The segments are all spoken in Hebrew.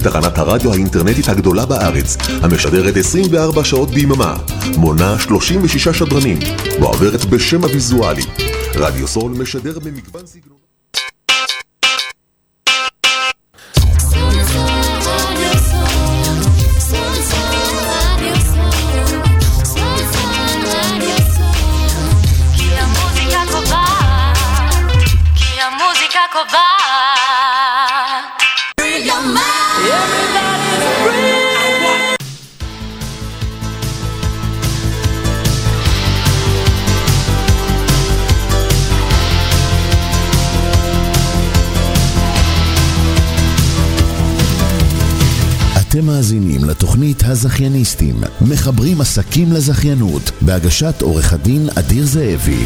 תחנת הרדיו האינטרנטית הגדולה בארץ, המשדרת 24 שעות ביממה, מונה 36 שדרנים, ועוברת בשם הוויזואלי. רדיו סול משדר במגוון סגנון. אתם מאזינים לתוכנית הזכייניסטים, מחברים עסקים לזכיינות, בהגשת עורך הדין אדיר זאבי.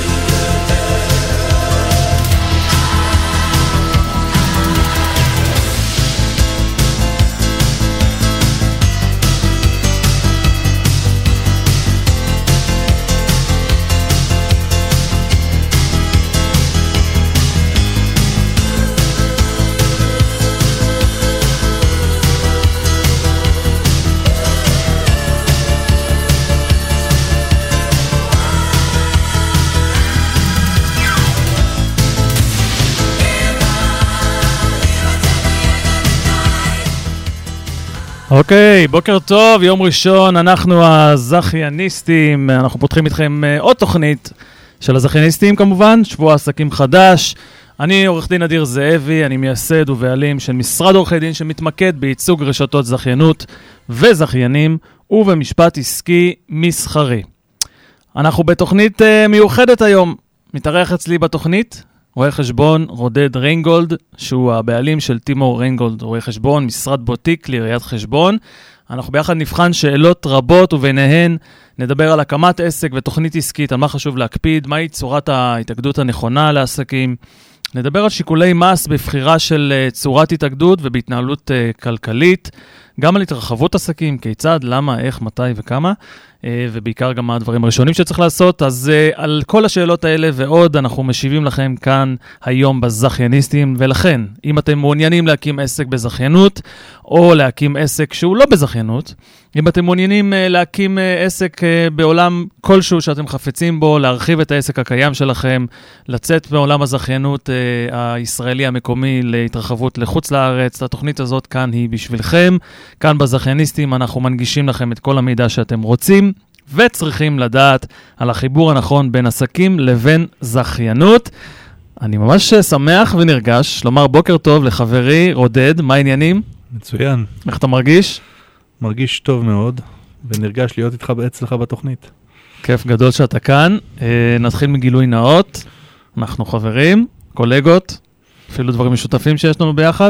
אוקיי, בוקר טוב, יום ראשון, אנחנו הזכייניסטים, אנחנו פותחים איתכם עוד תוכנית של הזכייניסטים כמובן, שבוע עסקים חדש. אני עורך דין אדיר זאבי, אני מייסד ובעלים של משרד עורכי דין שמתמקד בייצוג רשתות זכיינות וזכיינים ובמשפט עסקי מסחרי. אנחנו בתוכנית מיוחדת היום, מתארח אצלי בתוכנית רואה חשבון רודד ריינגולד, שהוא הבעלים של טימור ריינגולד, רואה חשבון, משרד בוטיק לראיית חשבון. אנחנו ביחד נבחן שאלות רבות, וביניהן נדבר על הקמת עסק ותוכנית עסקית, על מה חשוב להקפיד, מהי צורת ההתאגדות הנכונה לעסקים. נדבר על שיקולי מס בבחירה של צורת התאגדות ובהתנהלות כלכלית, גם על התרחבות עסקים, כיצד, למה, איך, מתי וכמה, ובעיקר גם מה הדברים הראשונים שצריך לעשות. אז על כל השאלות האלה ועוד אנחנו משיבים לכם כאן היום בזכייניסטים, ולכן אם אתם מעוניינים להקים עסק בזכיינות או להקים עסק שהוא לא בזכיינות, אם אתם מעוניינים להקים עסק בעולם כלשהו שאתם חפצים בו, להרחיב את העסק הקיים שלכם, לצאת בעולם הזכיינות הישראלי המקומי להתרחבות לחוץ לארץ, התוכנית הזאת כאן היא בשבילכם. כאן בזכייניסטים אנחנו מנגישים לכם את כל המידע שאתם רוצים וצריכים לדעת על החיבור הנכון בין עסקים לבין זכיינות. אני ממש שמח ונרגש לומר בוקר טוב לחברי רודד, מה העניינים? מצוין. איך אתה מרגיש? מרגיש טוב מאוד ונרגש להיות איתך אצלך בתוכנית. כיף גדול שאתה כאן. נתחיל מגילוי נאות. אנחנו חברים, קולגות, אפילו דברים משותפים שיש לנו ביחד.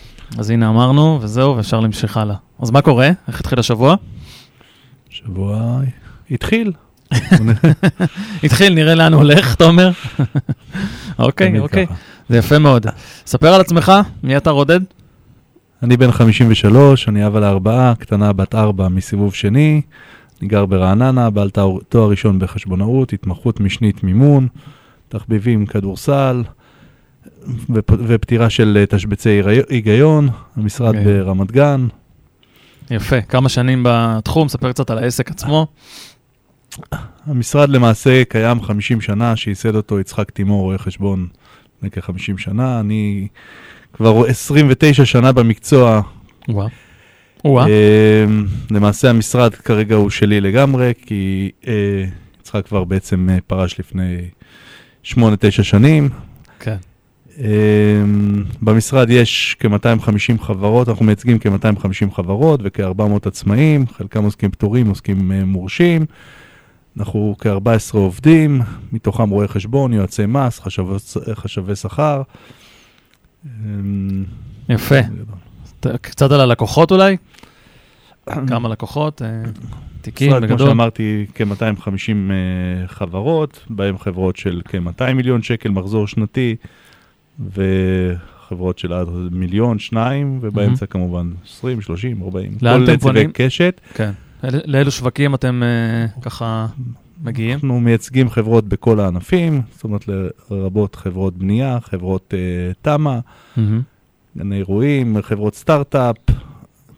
אז הנה אמרנו, וזהו, ואפשר להמשיך הלאה. אז מה קורה? איך התחיל השבוע? שבוע התחיל. התחיל, נראה לאן הולך, אתה אומר? אוקיי. זה יפה מאוד. ספר על עצמך, מי אתה רודד? אני בן 53, אני אבא ל4, קטנה בת 4 מסיבוב שני, אני גר ברעננה, בעל תואר ראשון בחשבונאות, התמחות משנית מימון, תחביבים כדורסל, ופתירה של תשבצי היגיון, המשרד ברמת גן. יפה, כמה שנים בתחום, ספר קצת על העסק עצמו. המשרד למעשה קיים 50 שנה, שייסד אותו יצחק טימור, רואה חשבון כ-50 שנה, אני כבר 29 שנה במקצוע. וואו. למעשה המשרד כרגע הוא שלי לגמרי, כי יצחק כבר בעצם פרש לפני 8-9 שנים. כן. במשרד יש כ-250 חברות, אנחנו מייצגים כ-250 חברות וכ-400 עצמאים, חלקם עוסקים פטורים, עוסקים מורשים. אנחנו כ-14 עובדים, מתוכם רואי חשבון, יועצי מס, חשבי שכר. יפה. קצת על הלקוחות אולי? כמה לקוחות? תיקים בגדול? כמו שאמרתי, כ-250 חברות, בהם חברות של כ-200 מיליון שקל, מחזור שנתי, וחברות של עד מיליון, 2, ובאמצע כמובן 20, 30, 40. לאן אתם פונים? קשת. כן. לאילו שווקים אתם ככה מגיעים? אנחנו מייצגים חברות בכל הענפים, זאת אומרת לרבות חברות בנייה, חברות תמה, גני אירועים, חברות סטארט-אפ,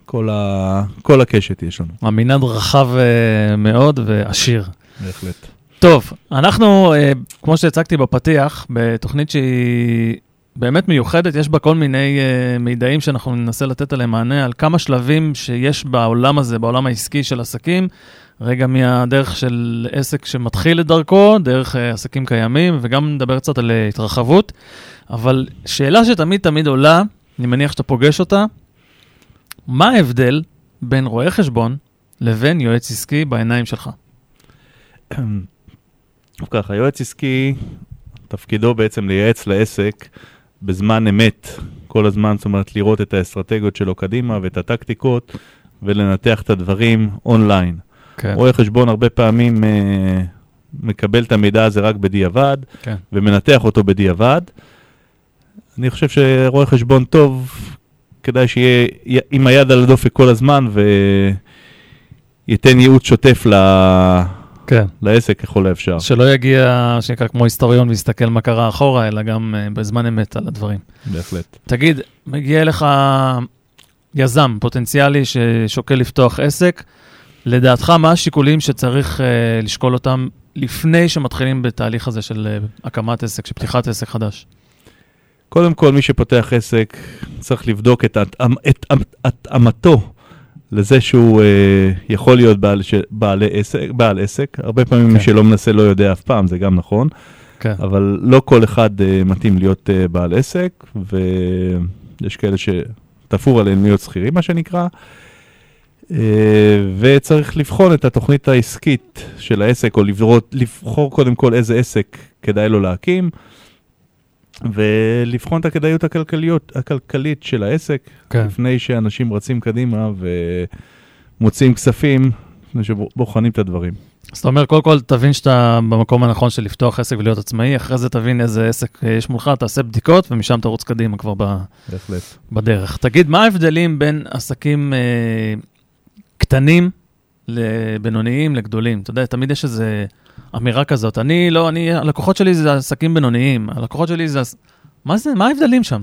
כל הקשת יש לנו. המנעד רחב מאוד ועשיר. בהחלט. טוב, אנחנו, כמו שהצגתי בפתיח, בתוכנית שהיא באמת מיוחדת, יש בה כל מיני מידעים שאנחנו ננסה לתת עליהם מענה, על כמה שלבים שיש בעולם הזה, בעולם העסקי של עסקים, רגע מהדרך של עסק שמתחיל את דרכו, דרך עסקים קיימים, וגם נדבר קצת על התרחבות. אבל שאלה שתמיד עולה, אני מניח שאתה פוגש אותה, מה ההבדל בין רואה חשבון לבין יועץ עסקי בעיניים שלך? ככה, יועץ עסקי, תפקידו בעצם לייעץ לעסק בזמן אמת, כל הזמן, זאת אומרת, לראות את האסטרטגיות שלו קדימה ואת הטקטיקות, ולנתח את הדברים אונליין. כן. רואה חשבון הרבה פעמים מקבל את המידע הזה רק בדיעבד, כן. ומנתח אותו בדיעבד. אני חושב שרואה חשבון טוב, כדאי שיהיה עם היד על הדופק כל הזמן, וייתן ייעוץ שוטף כן. לעסק ככל האפשר. שלא יגיע, שנקרא כמו היסטוריון, ויסתכל מה קרה אחורה, אלא גם בזמן אמת על הדברים. בהחלט. תגיד, מגיע לך יזם פוטנציאלי ששוקל לפתוח עסק, לדעתך מה השיקולים שצריך לשקול אותם לפני שמתחילים בתהליך הזה של הקמת עסק, של פתיחת עסק חדש? קודם כל, מי שפותח עסק צריך לבדוק את התאמתו לזה שהוא יכול להיות בעל עסק. הרבה פעמים מי שלא מנסה לא יודע אף פעם, זה גם נכון. אבל לא כל אחד מתאים להיות בעל עסק, ויש כאלה שתפור עליהם להיות שכירים, מה שנקרא. וצריך לבחון את התוכנית העסקית של העסק, או לבחור קודם כל איזה עסק כדאי לו להקים, ולבחון את הכדאיות הכלכלית של העסק, לפני שאנשים רצים קדימה ומוצאים כספים, לפני שבוחנים את הדברים. אז אתה אומר, קודם כל תבין שאתה במקום הנכון של לפתוח עסק ולהיות עצמאי, אחרי זה תבין איזה עסק יש מולך, תעשה בדיקות, ומשם תרוץ קדימה כבר בדרך. תגיד, מה ההבדלים בין עסקים קטנים לבינוניים, לגדולים? אתה יודע, תמיד יש איזו אמירה כזאת. הלקוחות שלי זה עסקים בינוניים, הלקוחות שלי זה... מה ההבדלים שם?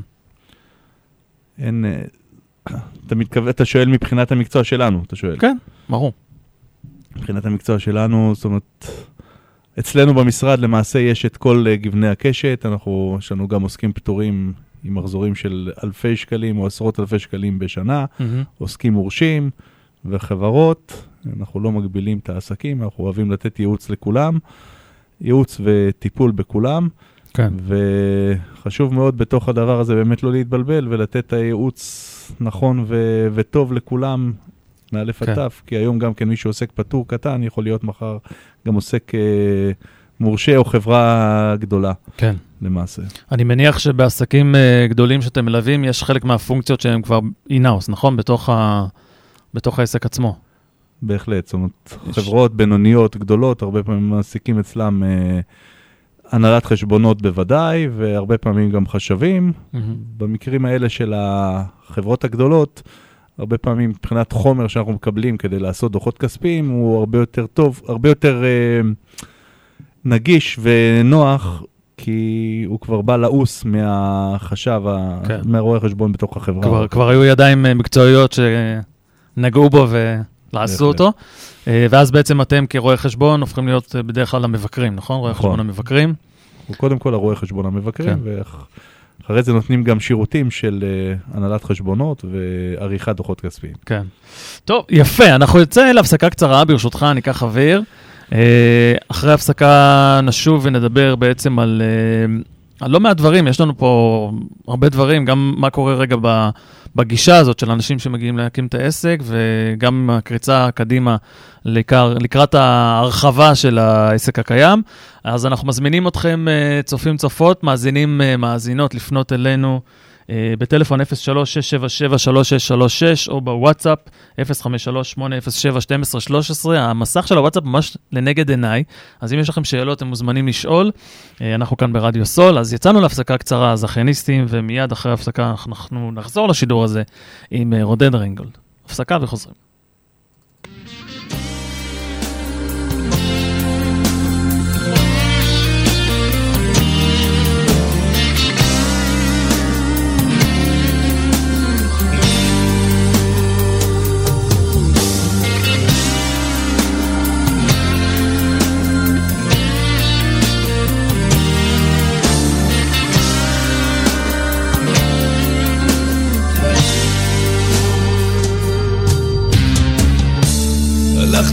אתה שואל מבחינת המקצוע שלנו, אתה שואל. כן, ברור. מבחינת המקצוע שלנו, זאת אומרת, אצלנו במשרד למעשה יש את כל גבני הקשת, יש לנו גם עוסקים פטורים עם מחזורים של אלפי שקלים או עשרות אלפי שקלים בשנה, עוסקים מורשים וחברות, אנחנו לא מגבילים את העסקים, אנחנו אוהבים לתת ייעוץ לכולם, ייעוץ וטיפול בכולם, כן. וחשוב מאוד בתוך הדבר הזה באמת לא להתבלבל ולתת את הייעוץ נכון וטוב לכולם, מאלף עטף, כי היום גם כן מי שעוסק פטור קטן, יכול להיות מחר גם עוסק מורשה או חברה גדולה. כן. למעשה. אני מניח שבעסקים גדולים שאתם מלווים, יש חלק מהפונקציות שהן כבר אינאוס, נכון? בתוך העסק עצמו. בהחלט, זאת אומרת, חברות בינוניות גדולות, הרבה פעמים מעסיקים אצלם הנהלת חשבונות בוודאי, והרבה פעמים גם חשבים. במקרים האלה של החברות הגדולות, הרבה פעמים מבחינת חומר שאנחנו מקבלים כדי לעשות דוחות כספיים, הוא הרבה יותר טוב, הרבה יותר נגיש ונוח, כי הוא כבר בא לעוס מהחשב, מהרואה חשבון בתוך החברה. כבר היו ידיים מקצועיות שנגעו בו ולעשו אותו, ואז בעצם אתם כרואי חשבון הופכים להיות בדרך כלל המבקרים, נכון? רואי חשבון המבקרים. הוא קודם כל הרואי חשבון המבקרים, אחרי זה נותנים גם שירותים של הנהלת חשבונות ועריכת דוחות כספיים. כן. טוב, יפה. אנחנו יוצא להפסקה קצרה, ברשותך, אני אקח אוויר. אחרי הפסקה נשוב ונדבר בעצם על לא מעט דברים. יש לנו פה הרבה דברים, גם מה קורה רגע בגישה הזאת של אנשים שמגיעים להקים את העסק, וגם הקריצה קדימה לקראת ההרחבה של העסק הקיים. אז אנחנו מזמינים אתכם, צופים צופות, מאזינים מאזינות, לפנות אלינו בטלפון 03-677-3636, או בוואטסאפ 053-807-1213. המסך של הוואטסאפ ממש לנגד עיניי, אז אם יש לכם שאלות, אתם מוזמנים לשאול. אנחנו כאן ברדיו סול, אז יצאנו להפסקה קצרה, זכייניסטים, ומיד אחרי ההפסקה אנחנו נחזור לשידור הזה עם רודד רינגולד. הפסקה וחוזרים.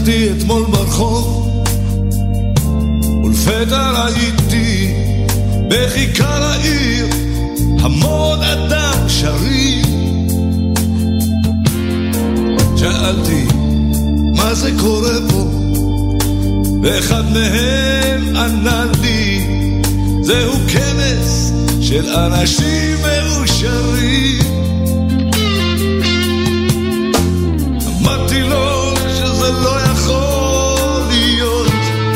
הלכתי אתמול ברחוב ולפתע ראיתי בכיכר העיר המון אדם שרים. שאלתי מה זה קורה פה, ואחד מהם ענה לי זהו כנס של אנשים מאושרים. אמרתי לו שזה לא יכול להיות,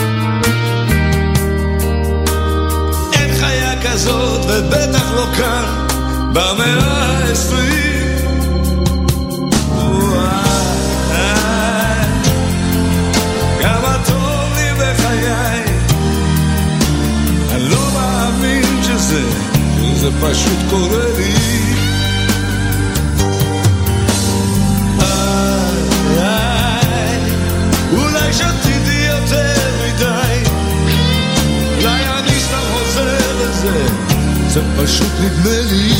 אין חיה כזאת ובטח לא כאן במאה ה-20. כמה טוב לי בחיי, אני לא מאמין שזה פשוט קורה לי. אולי שתיתי יותר מדי, אולי אני סתם חוזר לזה, זה פשוט נדמה לי.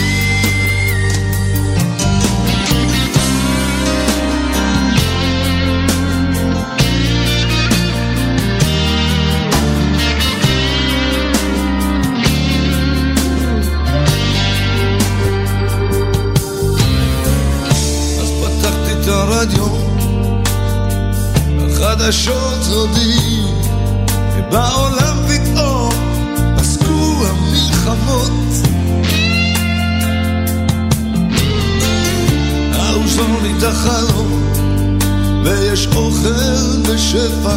הרדיו, החדשות הודיעו ובעולם פתאום פסקו המלחמות. האוזון לי את החלום ויש אוכל בשפע,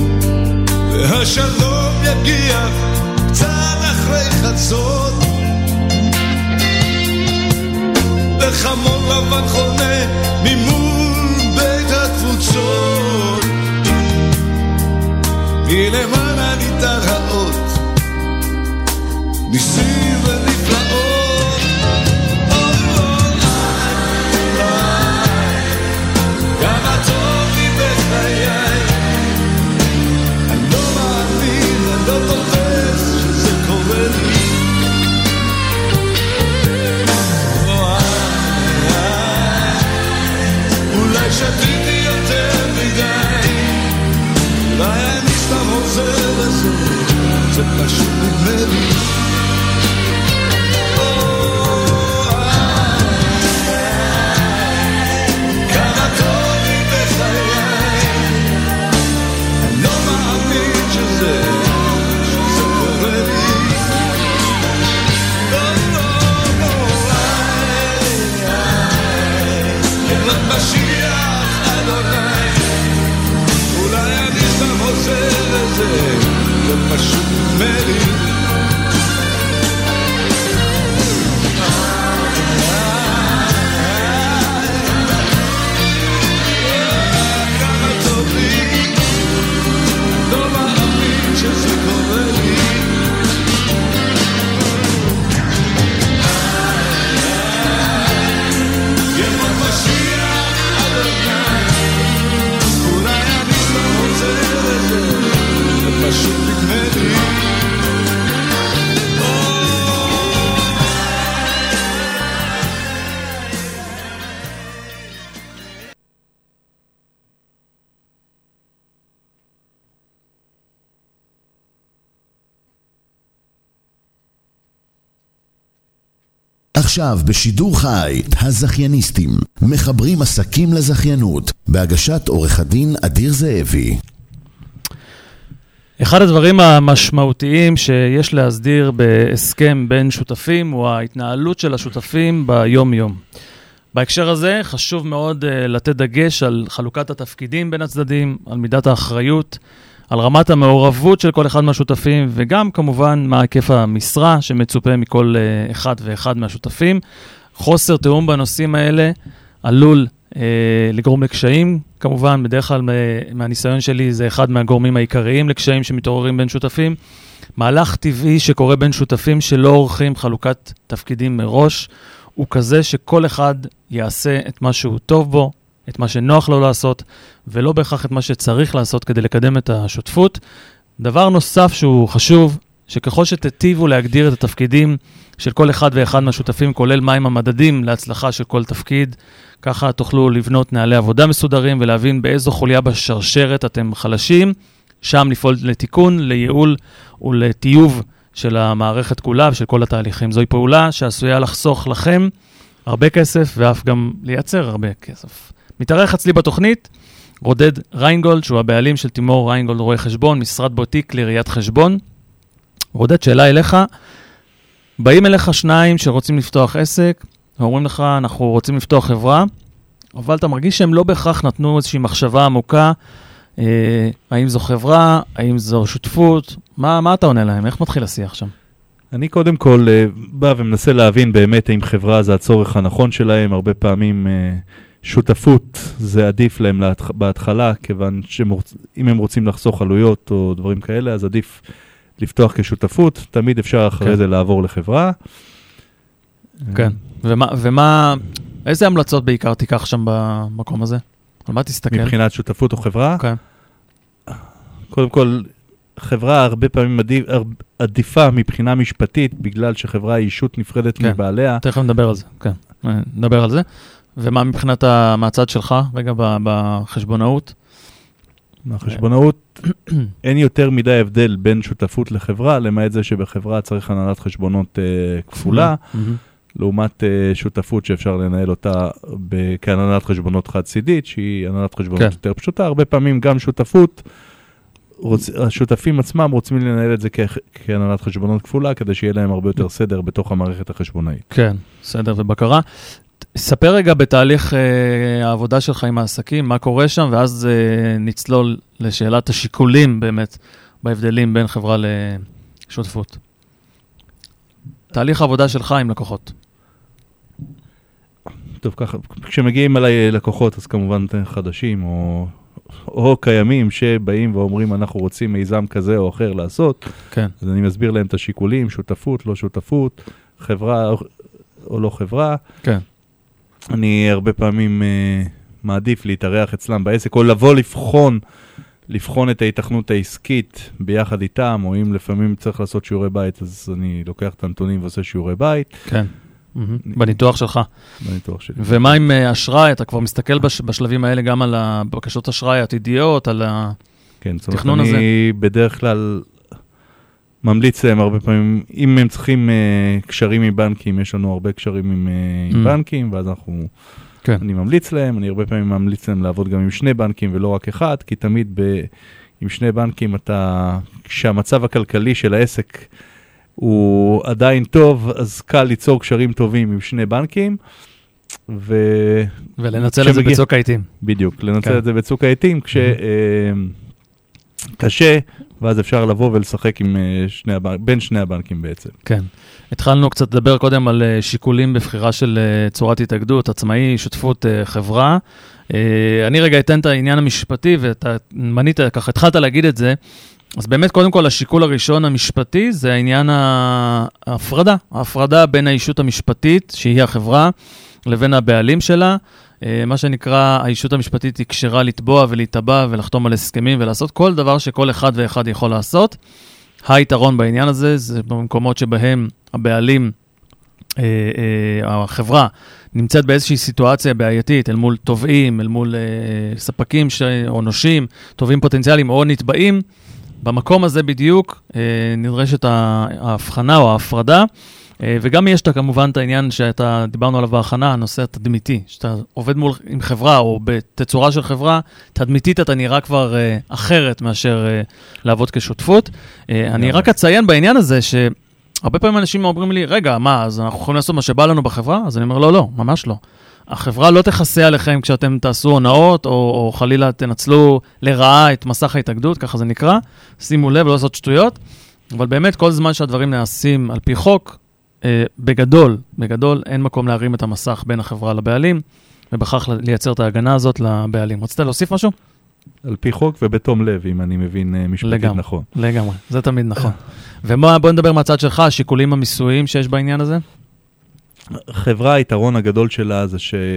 והשלום יגיע קצת אחרי חצות, וחמור לבן חונה ממול בית התפוצות, מלמעלה ניתן רעות ניסים ונפלאות. כמה טוב לי בחיי, אני לא מאמין, אני לא תופס שזה קורה לי. אולי שתיתי יותר מדי, אולי אני סתם עוזר לזה, זה פשוט נדמה לי. כמה טוב לי בחיי, אני לא מאמין שזה קורה לי. רק משיח אדוני, אולי אני סתם עושה לזה, זה פשוט נדמה לי. כמה טוב לי, לא מאמין שזה קורה לי. ימות משיח אולי אני לא רוצה לזה, זה פשוט נדמה לי. עכשיו בשידור חי, הזכייניסטים, מחברים עסקים לזכיינות, בהגשת עורך הדין אדיר זאבי. אחד הדברים המשמעותיים שיש להסדיר בהסכם בין שותפים הוא ההתנהלות של השותפים ביום-יום. בהקשר הזה חשוב מאוד לתת דגש על חלוקת התפקידים בין הצדדים, על מידת האחריות, על רמת המעורבות של כל אחד מהשותפים, וגם כמובן מה היקף המשרה שמצופה מכל אחד ואחד מהשותפים. חוסר תיאום בנושאים האלה עלול לגרום לקשיים, כמובן בדרך כלל מהניסיון שלי זה אחד מהגורמים העיקריים לקשיים שמתעוררים בין שותפים. מהלך טבעי שקורה בין שותפים שלא עורכים חלוקת תפקידים מראש, הוא כזה שכל אחד יעשה את מה שהוא טוב בו, את מה שנוח לו לעשות, ולא בהכרח את מה שצריך לעשות כדי לקדם את השותפות. דבר נוסף שהוא חשוב, שככל שתטיבו להגדיר את התפקידים של כל אחד ואחד מהשותפים, כולל מהם המדדים להצלחה של כל תפקיד, ככה תוכלו לבנות נהלי עבודה מסודרים ולהבין באיזו חוליה בשרשרת אתם חלשים, שם לפעול לתיקון, לייעול ולטיוב של המערכת כולה ושל כל התהליכים. זוהי פעולה שעשויה לחסוך לכם הרבה כסף ואף גם לייצר הרבה כסף. מתארח אצלי בתוכנית עודד ריינגולד, שהוא הבעלים של תימור ריינגולד רואי חשבון, משרד בוטיק לראיית חשבון. עודד, שאלה אליך, באים אליך שניים שרוצים לפתוח עסק, ואומרים לך, אנחנו רוצים לפתוח חברה, אבל אתה מרגיש שהם לא בהכרח נתנו איזושהי מחשבה עמוקה, האם זו חברה, האם זו שותפות, מה אתה עונה להם? איך מתחיל השיח שם? אני קודם כל בא ומנסה להבין באמת האם חברה זה הצורך הנכון שלהם, הרבה פעמים שותפות זה עדיף להם בהתחלה, כיוון שאם הם רוצים לחסוך עלויות או דברים כאלה, אז עדיף לפתוח כשותפות, תמיד אפשר אחרי זה לעבור לחברה. כן, איזה המלצות בעיקר תיקח שם במקום הזה? על מה תסתכל? מבחינת שותפות או חברה? כן. קודם כל, חברה הרבה פעמים עדיפה מבחינה משפטית, בגלל שחברה היא אישות נפרדת מבעליה. תכף נדבר על זה, כן. נדבר על זה. ומה מבחינת מהצד שלך, רגע, בחשבונאות? בחשבונאות אין יותר מדי הבדל בין שותפות לחברה, למעט זה שבחברה צריך הנהלת חשבונות כפולה, לעומת שותפות שאפשר לנהל אותה כהנהלת חשבונות חד-צידית, שהיא הנהלת חשבונות יותר פשוטה. הרבה פעמים גם שותפות, השותפים עצמם רוצים לנהל את זה כהנהלת חשבונות כפולה, כדי שיהיה להם הרבה יותר סדר בתוך המערכת החשבונאית. כן, סדר ובקרה. ספר רגע בתהליך העבודה שלך עם העסקים, מה קורה שם, ואז נצלול לשאלת השיקולים באמת, בהבדלים בין חברה לשותפות. תהליך העבודה שלך עם לקוחות. טוב, ככה, כשמגיעים אליי לקוחות, אז כמובן חדשים או קיימים שבאים ואומרים, אנחנו רוצים מיזם כזה או אחר לעשות, כן. אז אני מסביר להם את השיקולים, שותפות, לא שותפות, חברה או לא חברה. כן. אני הרבה פעמים מעדיף להתארח אצלם בעסק, או לבוא לבחון את ההיתכנות העסקית ביחד איתם, או אם לפעמים צריך לעשות שיעורי בית, אז אני לוקח את הנתונים ועושה שיעורי בית. כן, בניתוח שלך. בניתוח שלי. ומה עם אשראי? אתה כבר מסתכל בשלבים האלה גם על הבקשות אשראי העתידיות, על התכנון הזה? אני בדרך כלל ממליץ להם הרבה פעמים, אם הם צריכים קשרים עם בנקים, יש לנו הרבה קשרים עם בנקים, ואז אני ממליץ להם, אני הרבה פעמים ממליץ להם לעבוד גם עם שני בנקים ולא רק אחד, כי תמיד עם שני בנקים כשהמצב הכלכלי של העסק הוא עדיין טוב, אז קל ליצור קשרים טובים עם שני בנקים, ולנצל את זה בצוק העיתים. בדיוק, לנצל את זה בצוק העיתים, קשה, ואז אפשר לבוא ולשחק בין שני הבנקים בעצם. כן. התחלנו קצת לדבר קודם על שיקולים בבחירה של צורת התאגדות, עצמאי, שותפות, חברה. אני רגע אתן את העניין המשפטי, ואתה מנית, ככה התחלת להגיד את זה, אז באמת קודם כל השיקול הראשון המשפטי, זה העניין ההפרדה בין האישות המשפטית, שהיא החברה, לבין הבעלים שלה. מה שנקרא, האישות המשפטית היא קשרה לתבוע ולהתאבע ולחתום על הסכמים ולעשות כל דבר שכל אחד ואחד יכול לעשות. היתרון בעניין הזה זה במקומות שבהם הבעלים, החברה, נמצאת באיזושהי סיטואציה בעייתית, אל מול תובעים, אל מול ספקים או נושים, תובעים פוטנציאליים או נתבעים. במקום הזה בדיוק נדרשת ההבחנה או ההפרדה, וגם יש כמובן את העניין שאתה דיברנו עליו בהכנה, הנושא התדמיתי, שאתה עובד עם חברה או בתצורה של חברה, תדמיתית אתה נראה כבר אחרת מאשר לעבוד כשותפות. אני רק אציין בעניין הזה שהרבה פעמים אנשים אומרים לי, רגע, מה, אז אנחנו יכולים לעשות מה שבא לנו בחברה? אז אני אומר, לא, ממש לא. החברה לא תכסה עליכם כשאתם תעשו הונאות, או חלילה תנצלו לרעה את מסך ההתאגדות, ככה זה נקרא. שימו לב, לא לעשות שטויות. אבל באמת, כל זמן שהדברים נעשים על פי חוק, בגדול אין מקום להרים את המסך בין החברה לבעלים, ובכך לייצר את ההגנה הזאת לבעלים. רצית להוסיף משהו? על פי חוק ובתום לב, אם אני מבין משפטית נכון. לגמרי, זה תמיד נכון. ובוא נדבר מהצד שלך, השיקולים המיסויים שיש בעניין הזה? חברה, היתרון הגדול שלה זה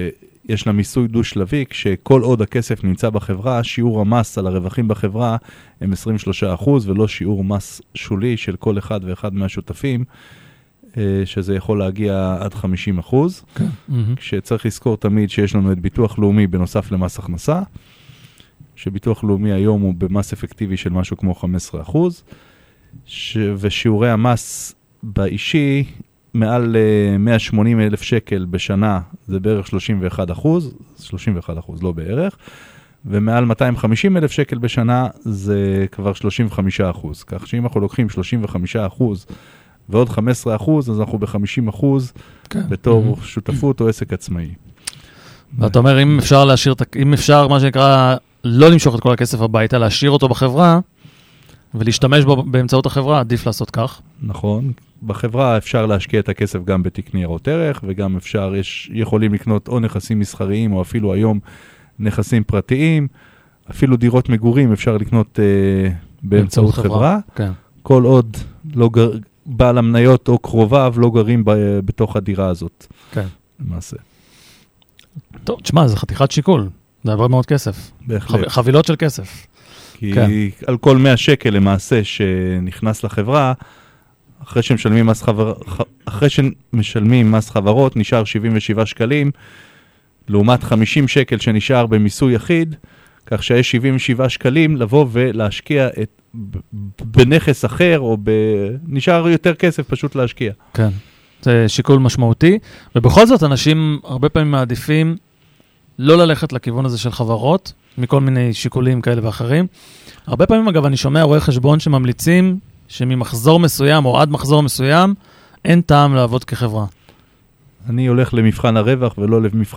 יש לה מיסוי דו-שלבי, כשכל עוד הכסף נמצא בחברה, שיעור המס על הרווחים בחברה הם 23%, ולא שיעור מס שולי של כל אחד ואחד מהשותפים, שזה יכול להגיע עד 50%. כשצריך לזכור תמיד שיש לנו את ביטוח לאומי בנוסף למס הכנסה, שביטוח לאומי היום הוא במס אפקטיבי של משהו כמו 15%, ושיעורי המס באישי, מעל 180,000 שקל בשנה, זה בערך 31%, לא בערך, ומעל 250,000 שקל בשנה, זה כבר 35%. כך שאם אנחנו לוקחים 35% ועוד 15%, אז אנחנו ב-50% בתור שותפות או עסק עצמאי. ואתה אומר, אם אפשר, מה שנקרא, לא למשוך את כל הכסף הביתה, להשאיר אותו בחברה, ולהשתמש בו באמצעות החברה, עדיף לעשות כך. נכון. בחברה אפשר להשקיע את הכסף גם בתיק ניירות ערך, וגם יכולים לקנות או נכסים מסחריים, או אפילו היום נכסים פרטיים, אפילו דירות מגורים אפשר לקנות באמצעות חברה. כן. כל עוד בעל המניות או קרוביו לא גרים בתוך הדירה הזאת. כן. למעשה. טוב, תשמע, זה חתיכת שיקול. זה הרבה מאוד כסף. בהחלט. חבילות של כסף. כי על כל 100 שקל למעשה שנכנס לחברה, אחרי שמשלמים מס חברות, נשאר 77 שקלים, לעומת 50 שקל שנשאר במיסוי יחיד, כך שיש 77 שקלים לבוא ולהשקיע בנכס אחר, או נשאר יותר כסף פשוט להשקיע. כן, זה שיקול משמעותי, ובכל זאת אנשים הרבה פעמים מעדיפים לא ללכת לכיוון הזה של חברות, מכל מיני שיקולים כאלה ואחרים. הרבה פעמים, אגב, אני שומע רואי חשבון שממליצים שממחזור מסוים או עד מחזור מסוים, אין טעם לעבוד כחברה. אני הולך למבחן הרווח ולא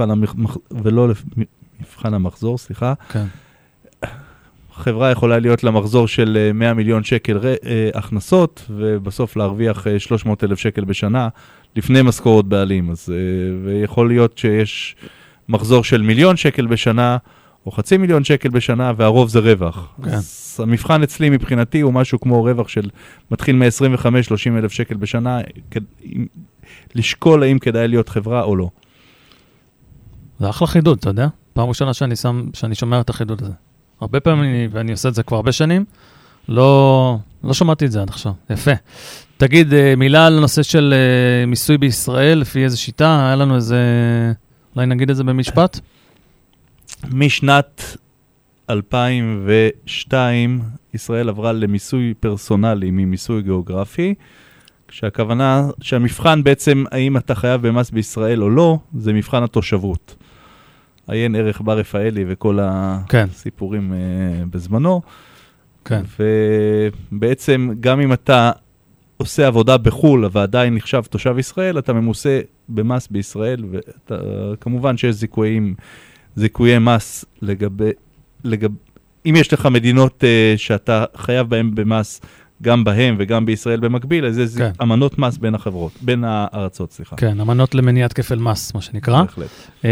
למבחן המחזור, סליחה. כן. חברה יכולה להיות למחזור של 100 מיליון שקל הכנסות, ובסוף להרוויח 300,000 שקל בשנה, לפני משכורות בעלים. ויכול להיות שיש מחזור של 1,000,000 שקל בשנה, או 500,000 שקל בשנה, והרוב זה רווח. כן. אז המבחן אצלי מבחינתי הוא משהו כמו רווח של מתחיל מ-25,000-30,000 שקל בשנה, לשקול האם כדאי להיות חברה או לא. זה אחלה חידוד, אתה יודע? פעם ראשונה שאני שומע את החידוד הזה. הרבה פעמים, ואני עושה את זה כבר הרבה שנים, לא שמעתי את זה עד עכשיו. יפה. תגיד, מילה על הנושא של מיסוי בישראל, לפי איזו שיטה, היה לנו איזה, אולי נגיד את זה במשפט? משנת 2002, ישראל עברה למיסוי פרסונלי ממיסוי גיאוגרפי, כשהכוונה שהמבחן בעצם, האם אתה חייב במס בישראל או לא, זה מבחן התושבות. עיין ערך בר רפאלי וכל הסיפורים בזמנו. כן. ובעצם גם אם אתה עושה עבודה בחול, ועדיין נחשב תושב ישראל, אתה ממוסה במס בישראל, וכמובן שיש זיכויי מס לגבי, אם יש לך מדינות שאתה חייב בהן במס, גם בהם וגם בישראל במקביל, אז זה אמנות מס בין החברות, בין הארצות, סליחה. כן, אמנות למניעת כפל מס, מה שנקרא. בהחלט.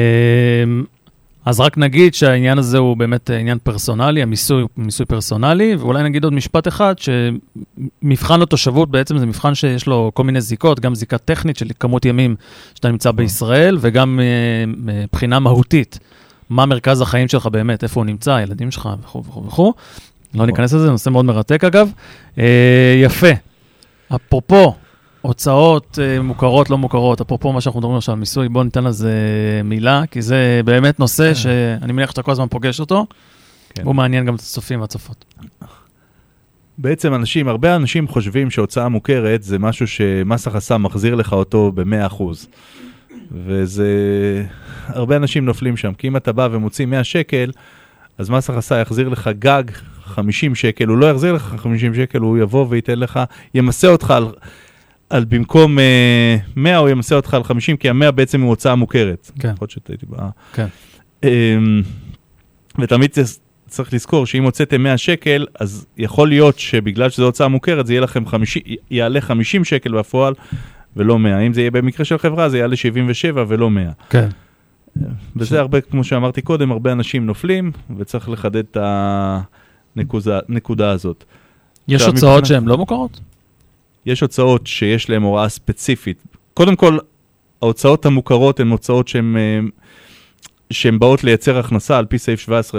אז רק נגיד שהעניין הזה הוא באמת עניין פרסונלי, המיסוי פרסונלי, ואולי נגיד עוד משפט אחד, שמבחן התושבות בעצם זה מבחן שיש לו כל מיני זיקות, גם זיקה טכנית של כמות ימים שאתה נמצא בישראל, וגם בחינה מהותית, מה מרכז החיים שלך באמת, איפה הוא נמצא, הילדים שלך וכו' וכו' וכו'. לא ניכנס לזה, זה נושא מאוד מרתק אגב. יפה. אפרופו, הוצאות מוכרות, לא מוכרות, אפרופו מה שאנחנו מדברים עכשיו, מיסוי, בוא ניתן לזה מילה, כי זה באמת נושא שאני מניח שאתה כל הזמן פוגש אותו, הוא מעניין גם את הצופים והצופות. בעצם הרבה אנשים חושבים שהוצאה מוכרת זה משהו שמס הכנסה מחזיר לך אותו ב-100%. וזה, הרבה אנשים נופלים שם, כי אם אתה בא ומוציא 100 שקל, אז מס הכנסה יחזיר לך גג 50 שקל, הוא לא יחזיר לך 50 שקל, הוא יבוא וייתן לך, ימסה אותך על במקום 100, הוא ימסה אותך על 50, כי ה-100 בעצם הוא הוצאה מוכרת. כן. יכול שתהייתי באה. כן. ותמיד צריך לזכור שאם הוצאתם 100 שקל, אז יכול להיות שבגלל שזו הוצאה מוכרת, זה יהיה לכם יעלה 50 שקל בפועל, ולא 100. אם זה יהיה במקרה של חברה, זה יעלה 77 ולא 100. כן. וזה הרבה, כמו שאמרתי קודם, הרבה אנשים נופלים, וצריך לחדד את הנקודה הזאת. יש הוצאות שהן לא מוכרות? יש הוצאות שיש להן הוראה ספציפית. קודם כל, ההוצאות המוכרות הן הוצאות שהן שהן באות לייצר הכנסה על פי סעיף 17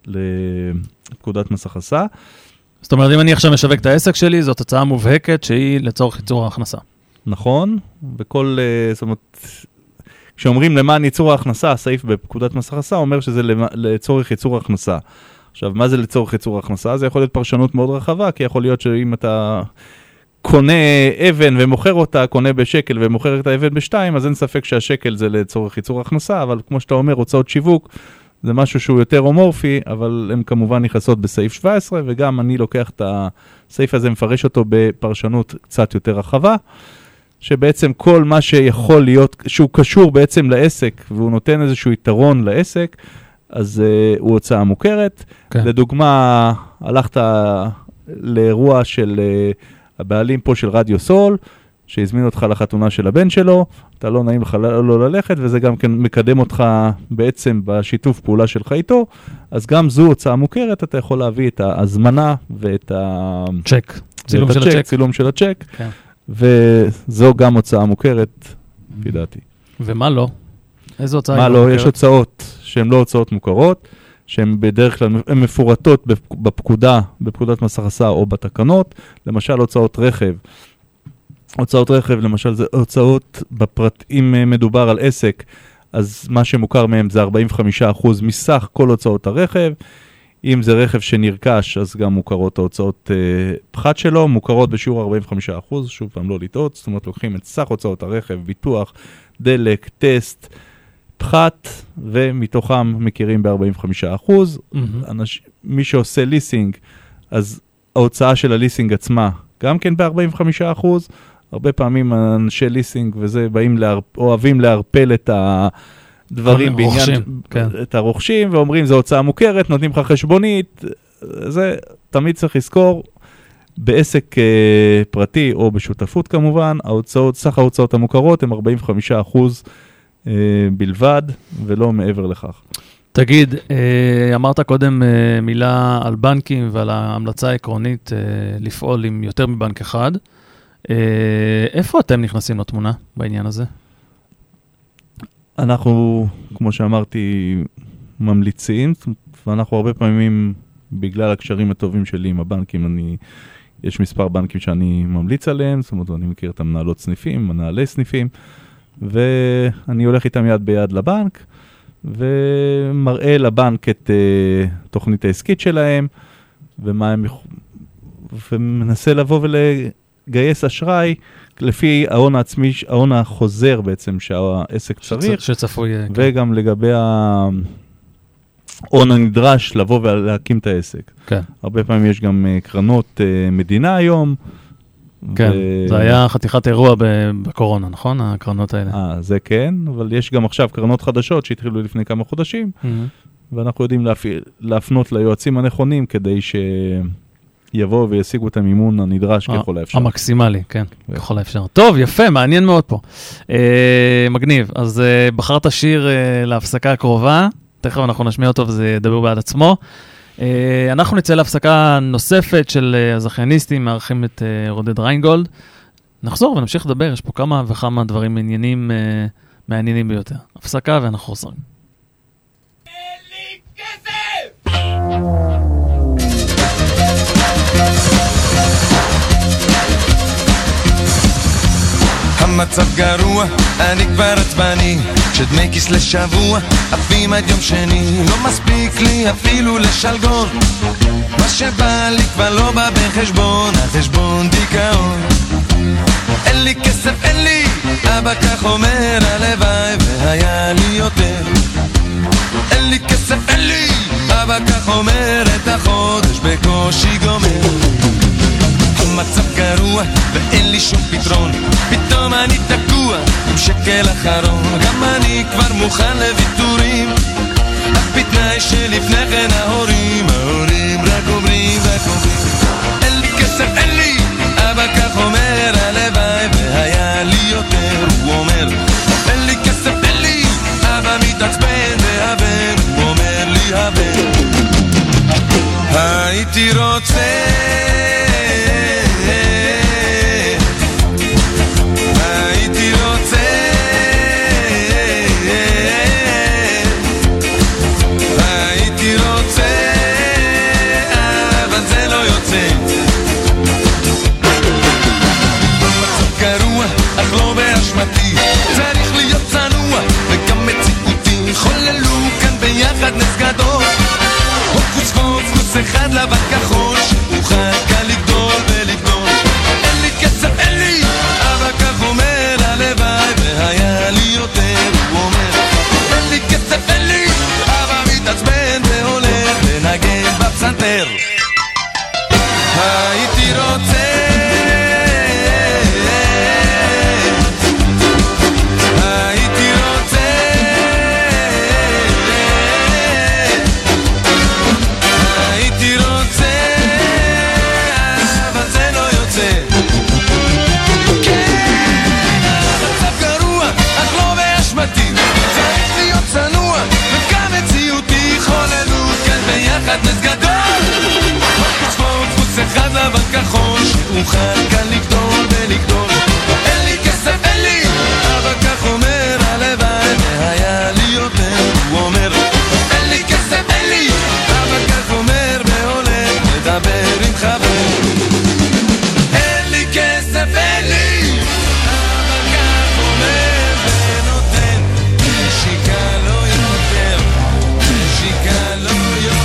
לפקודת מס הכנסה. זאת אומרת, אם אני עכשיו משווק את העסק שלי, זאת הצעה מובהקת שהיא לצורך ייצור ההכנסה. נכון, בכל, זאת אומרת, כשאומרים למען ייצור ההכנסה, הסעיף בפקודת מס הכנסה אומר שזה לצורך ייצור ההכנסה. עכשיו, מה זה לצורך ייצור ההכנסה? זה יכול להיות פרשנות מאוד רחבה, כי יכול להיות שאם אתה קונה אבן ומוכר אותה, קונה בשקל ומוכר את האבן בשתיים, אז אין ספק שהשקל זה לצורך ייצור הכנסה, אבל כמו שאתה אומר, הוצאות שיווק, זה משהו שהוא יותר הומורפי, אבל הן כמובן נכנסות בסעיף 17, וגם אני לוקח את הסעיף הזה, מפרש אותו בפרשנות קצת יותר רחבה, שבעצם כל מה שיכול להיות, שהוא קשור בעצם לעסק, והוא נותן איזשהו יתרון לעסק, אז הוא הוצאה מוכרת. כן. לדוגמה, הלכת לאירוע של הבעלים פה של רדיו סול, שהזמין אותך לחתונה של הבן שלו, אתה לא נעים לך לא ללכת, וזה גם כן מקדם אותך בעצם בשיתוף פעולה שלך איתו, אז גם זו הוצאה מוכרת, אתה יכול להביא את ההזמנה ואת צ'ק, צילום של הצ'ק. צילום של הצ'ק, כן. וזו גם הוצאה מוכרת, לדעתי. ומה לא? איזו הוצאה מה לא? יש הוצאות שהן לא הוצאות מוכרות, שהן בדרך כלל מפורטות בפקודת מס הכנסה או בתקנות, למשל הוצאות רכב. הוצאות רכב, למשל, זה הוצאות בפרט, אם מדובר על עסק, אז מה שמוכר מהם זה 45% מסך כל הוצאות הרכב. אם זה רכב שנרכש, אז גם מוכרות ההוצאות פחת שלו, מוכרות בשיעור 45%, שוב פעם לא לטעות, זאת אומרת, לוקחים את סך הוצאות הרכב, ביטוח, דלק, טסט, פחת, ומתוכם מכירים ב-45%. מי שעושה ליסינג, אז ההוצאה של הליסינג עצמה, גם כן ב-45%. הרבה פעמים אנשי ליסינג וזה אוהבים להרפל את הדברים בעניין, את הרוכשים, ואומרים, זה הוצאה מוכרת, נותנים לך חשבונית, זה תמיד צריך לזכור, בעסק פרטי או בשותפות כמובן, סך ההוצאות המוכרות הם 45% בלבד, ולא מעבר לכך. תגיד, אמרת קודם מילה על בנקים ועל ההמלצה העקרונית לפעול עם יותר מבנק אחד. איפה אתם נכנסים לתמונה בעניין הזה? אנחנו, כמו שאמרתי, ממליצים, ואנחנו הרבה פעמים, בגלל הקשרים הטובים שלי עם הבנקים, יש מספר בנקים שאני ממליץ עליהם, זאת אומרת, אני מכיר את המנהלות סניפים, מנהלי סניפים, ואני הולך איתם יד ביד לבנק, ומראה לבנק את תוכנית העסקית שלהם, ומנסה לבוא ולגייס אשראי, לפי ההון העצמי, ההון החוזר בעצם שהעסק צריך, שצפוי, וגם לגבי ההון הנדרש לבוא ולהקים את העסק. כן. הרבה פעמים יש גם קרנות מדינה היום. כן, זה היה חתיכת אירוע בקורונה, נכון? הקרנות האלה. זה כן, אבל יש גם עכשיו קרנות חדשות שהתחילו לפני כמה חודשים, ואנחנו יודעים להפנות ליועצים הנכונים כדי שיבואו וישיגו את המימון הנדרש ככל האפשר. המקסימלי, כן, ככל האפשר. טוב, יפה, מעניין מאוד פה. מגניב. אז בחרת שיר להפסקה הקרובה, תכף אנחנו נשמיע אותו וזה ידבר בעד עצמו. אנחנו נצא להפסקה נוספת של הזכייניסטים, מארחים את רודד ריינגולד. נחזור ונמשיך לדבר, יש פה כמה וכמה דברים מעניינים ביותר. הפסקה ואנחנו חוזרים. אין לי כסף! המצב גרוע, אני כבר עצבני, שדמי כיס לשבוע, עפים עד יום שני, לא מספיק לי אפילו לשלגון, מה שבא לי כבר לא בא בחשבון, החשבון דיכאון. אין לי כסף, אין לי, אבא כך אומר, הלוואי והיה לי יותר. אין לי כסף, אין לי, אבא כך אומר, את החודש בקושי גומר. המצב גרוע ואין לי שום פתרון, פתאום אני תקוע עם שקל אחרון, גם אני כבר מוכן לוויתורים, אך בתנאי שלפני כן ההורים רק אומרים. אין לי כסף, אין לי, אבא כך אומר, הלוואי והיה לי יותר. הוא אומר, אין לי כסף, אין לי, אבא מתעצבן והבן, הוא אומר לי הבן, הייתי רוצה, ביחד נס גדול. הופוס פופוס אחד לבן כחול, שאוכל כאן לגדול ולגדול. אין לי כסף, אין לי, אבל כך אומר הלוואי והיה לי יותר. הוא אומר אין לי כסף, אין לי, אבל מתעצבן והולך לנגן בפסנתר. הייתי רוצה, הייתי רוצה, הייתי רוצה, אבל זה לא יוצא. כן, המצב גרוע, אך לא באשמתי, צריך להיות צנוע, וגם מציאותי חוללות כאן ביחד נס גדול. אחד לבן כחול, שאוכל כאן לגדול ולגדול. אין לי כסף, אין לי, אבל כך אומר הלוואי והיה לי יותר. הוא אומר אין לי כסף, אין לי, אבל כך אומר והולך לדבר עם חבר. אין לי כסף, אין לי, אבל כך אומר ונותן. נשיקה לא יותר, נשיקה לא יותר.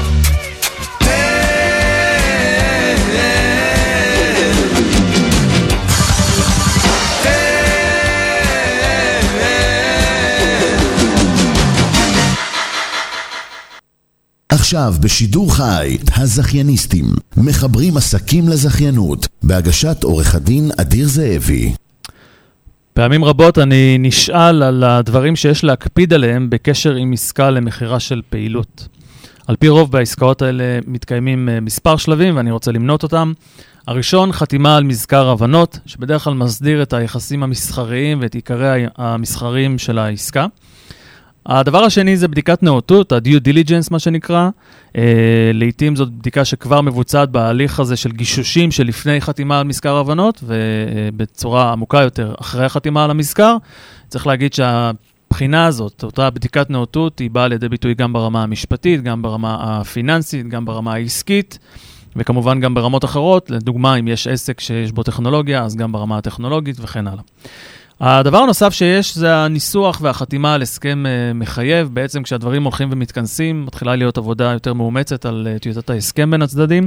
עכשיו בשידור חי, הזכייניסטים, מחברים עסקים לזכיינות, בהגשת עורך הדין אדיר זאבי. פעמים רבות אני נשאל על הדברים שיש להקפיד עליהם בקשר עם עסקה למחירה של פעילות. על פי רוב בעסקאות האלה מתקיימים מספר שלבים ואני רוצה למנות אותם. הראשון, חתימה על מזכר הבנות, שבדרך כלל מסדיר את היחסים המסחריים ואת עיקרי המסחריים של העסקה. הדבר השני זה בדיקת נאותות, ה-due diligence מה שנקרא. לעתים זאת בדיקה שכבר מבוצעת בהליך הזה של גישושים שלפני חתימה על מזכר הבנות, ובצורה עמוקה יותר אחרי החתימה על המזכר. צריך להגיד שהבחינה הזאת, אותה בדיקת נאותות, היא באה לידי ביטוי גם ברמה המשפטית, גם ברמה הפיננסית, גם ברמה העסקית, וכמובן גם ברמות אחרות. לדוגמה, אם יש עסק שיש בו טכנולוגיה, אז גם ברמה הטכנולוגית וכן הלאה. הדבר הנוסף שיש זה הניסוח והחתימה על הסכם מחייב. בעצם כשהדברים הולכים ומתכנסים, מתחילה להיות עבודה יותר מאומצת על טיוטת ההסכם בין הצדדים.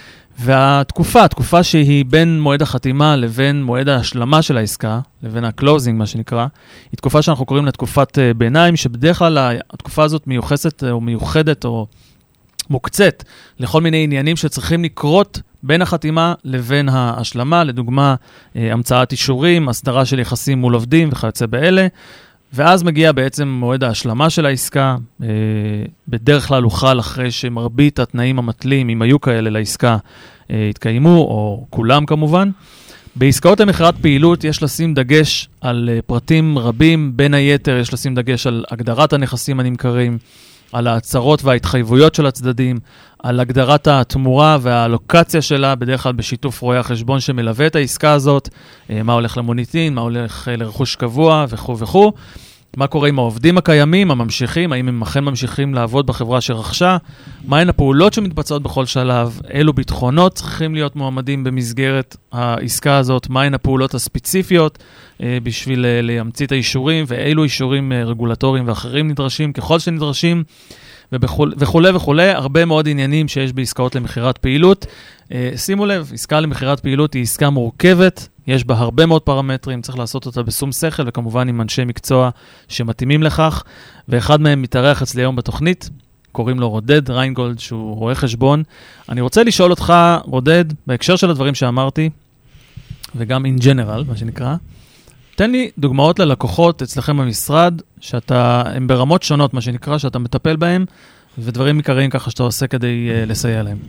התקופה שהיא בין מועד החתימה לבין מועד ההשלמה של העסקה, לבין הקלוזינג מה שנקרא, היא תקופה שאנחנו קוראים לה תקופת ביניים, שבדרך כלל התקופה הזאת מיוחסת או מיוחדת או מוקצת לכל מיני עניינים שצריכים לקרות בין החתימה לבין ההשלמה, לדוגמה, המצאת אישורים, הסדרה של יחסים מול עובדים וכיוצא באלה, ואז מגיע בעצם מועד ההשלמה של העסקה, בדרך כלל הוחל אחרי שמרבית התנאים המתלים, אם היו כאלה לעסקה, התקיימו, או כולם כמובן. בעסקאות למכירת פעילות יש לשים דגש על פרטים רבים, בין היתר יש לשים דגש על הגדרת הנכסים הנמכרים, על ההצהרות וההתחייבויות של הצדדים, על הגדרת התמורה והלוקציה שלה, בדרך כלל בשיתוף רואי החשבון שמלווה את העסקה הזאת, מה הולך למוניטין, מה הולך לרכוש קבוע וכו' וכו'. מה קורה עם העובדים הקיימים, הממשיכים, האם הם אכן ממשיכים לעבוד בחברה שרכשה, מהן הפעולות שמתבצעות בכל שלב, אילו ביטחונות צריכים להיות מועמדים במסגרת העסקה הזאת, מהן הפעולות הספציפיות בשביל להמציא את האישורים, ואילו אישורים רגולטוריים ואחרים נדרשים, ככל שנדרשים, וכו' וכו', הרבה מאוד עניינים שיש בעסקאות למכירת פעילות. שימו לב, עסקה למכירת פעילות היא עסקה מורכבת, יש בה הרבה מאוד פרמטרים, צריך לעשות אותה בשום שכל, וכמובן עם אנשי מקצוע שמתאימים לכך, ואחד מהם מתארח אצלי היום בתוכנית, קוראים לו רודד ריינגולד, שהוא רואה חשבון. אני רוצה לשאול אותך, רודד, בהקשר של הדברים שאמרתי, וגם in general, מה שנקרא, תן לי דוגמאות ללקוחות אצלכם במשרד, הם ברמות שונות, מה שנקרא, שאתה מטפל בהם, ודברים עיקריים ככה שאתה עושה כדי לסייע להם.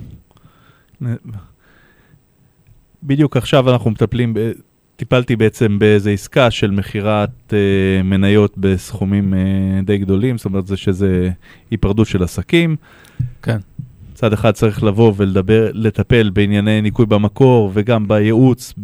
בדיוק עכשיו אנחנו טיפלתי בעצם באיזו עסקה של מחירת מניות בסכומים די גדולים, זאת אומרת שזה היפרדות של עסקים. כן. צד אחד צריך לבוא ולטפל בענייני ניקוי במקור, וגם בייעוץ,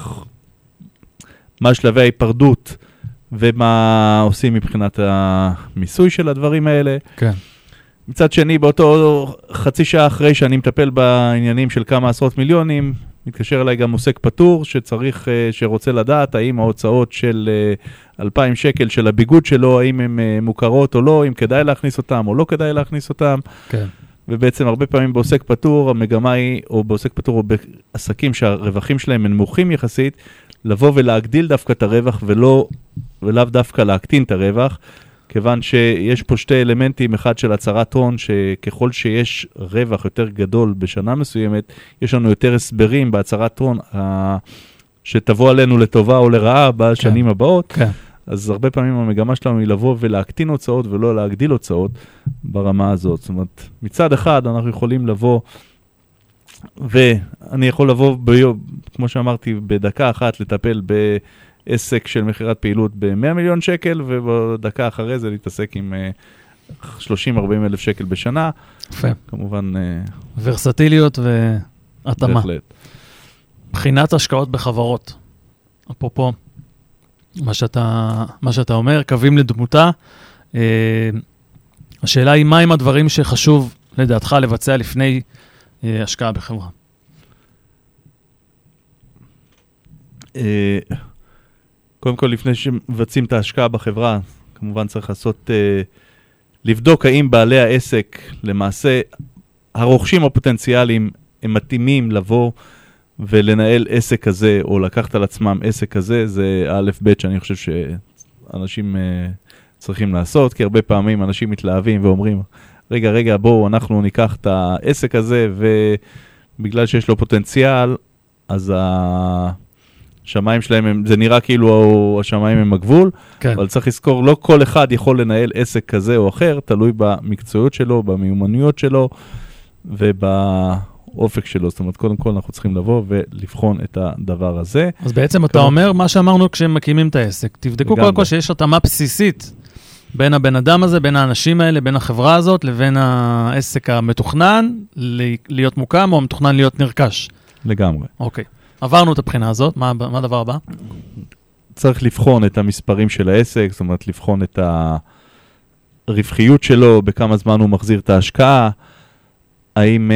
מה שלבי ההיפרדות, ומה עושים מבחינת המיסוי של הדברים האלה. כן. מצד שני, באותו חצי שעה אחרי שאני מטפל בעניינים של כמה עשרות מיליונים, מתקשר אליי גם עוסק פטור, שרוצה לדעת האם ההוצאות של 2,000 שקל של הביגוד שלו, האם הן מוכרות או לא, אם כדאי להכניס אותם או לא כדאי להכניס אותם. כן. ובעצם הרבה פעמים בעוסק פטור, המגמה היא, או בעוסק פטור או בעסקים שהרווחים שלהם הם נמוכים יחסית, לבוא ולהגדיל דווקא את הרווח ולאו דווקא להקטין את הרווח, כיוון שיש פה שתי אלמנטים, אחד של הצהרת הון, שככל שיש רווח יותר גדול בשנה מסוימת, יש לנו יותר הסברים בהצהרת הון, שתבוא עלינו לטובה או לרעה בשנים הבאות, כן. אז הרבה פעמים המגמה שלנו היא לבוא ולהקטין הוצאות ולא להגדיל הוצאות ברמה הזאת. זאת אומרת, מצד אחד אנחנו יכולים לבוא, ואני יכול לבוא ביום, כמו שאמרתי, בדקה אחת לטפל בעסק של מחירת פעילות ב-100 מיליון שקל, ובדקה אחרי זה להתעסק עם 30-40 אלף שקל בשנה. יפה. כמובן... ורסטיליות והתאמה. בהחלט. בחינת השקעות בחברות. אפרופו, מה שאתה אומר, קווים לדמותה. השאלה היא, מה עם הדברים שחשוב לדעתך לבצע לפני השקעה בחברה? קודם כל, לפני שמבצעים את ההשקעה בחברה, כמובן צריך לבדוק האם בעלי העסק, למעשה, הרוכשים הפוטנציאליים, הם מתאימים לבוא ולנהל עסק כזה, או לקחת על עצמם עסק כזה, זה א' ב' שאני חושב שאנשים צריכים לעשות, כי הרבה פעמים אנשים מתלהבים ואומרים, רגע, בואו, אנחנו ניקח את העסק הזה, ובגלל שיש לו פוטנציאל, אז השמיים שלהם, זה נראה כאילו השמיים הם הגבול, כן. אבל צריך לזכור, לא כל אחד יכול לנהל עסק כזה או אחר, תלוי במקצועיות שלו, במיומנויות שלו, אופק שלו, זאת אומרת, קודם כל אנחנו צריכים לבוא ולבחון את הדבר הזה. אז בעצם אתה אומר מה שאמרנו כשהם מקימים את העסק. תבדקו קודם כל שיש התאמה בסיסית בין הבן אדם הזה, בין האנשים האלה, בין החברה הזאת, לבין העסק המתוכנן להיות מוקם או המתוכנן להיות נרכש. לגמרי. אוקיי. עברנו את הבחינה הזאת, מה הדבר הבא? צריך לבחון את המספרים של העסק, זאת אומרת, לבחון את הרווחיות שלו, בכמה זמן הוא מחזיר את ההשקעה, האם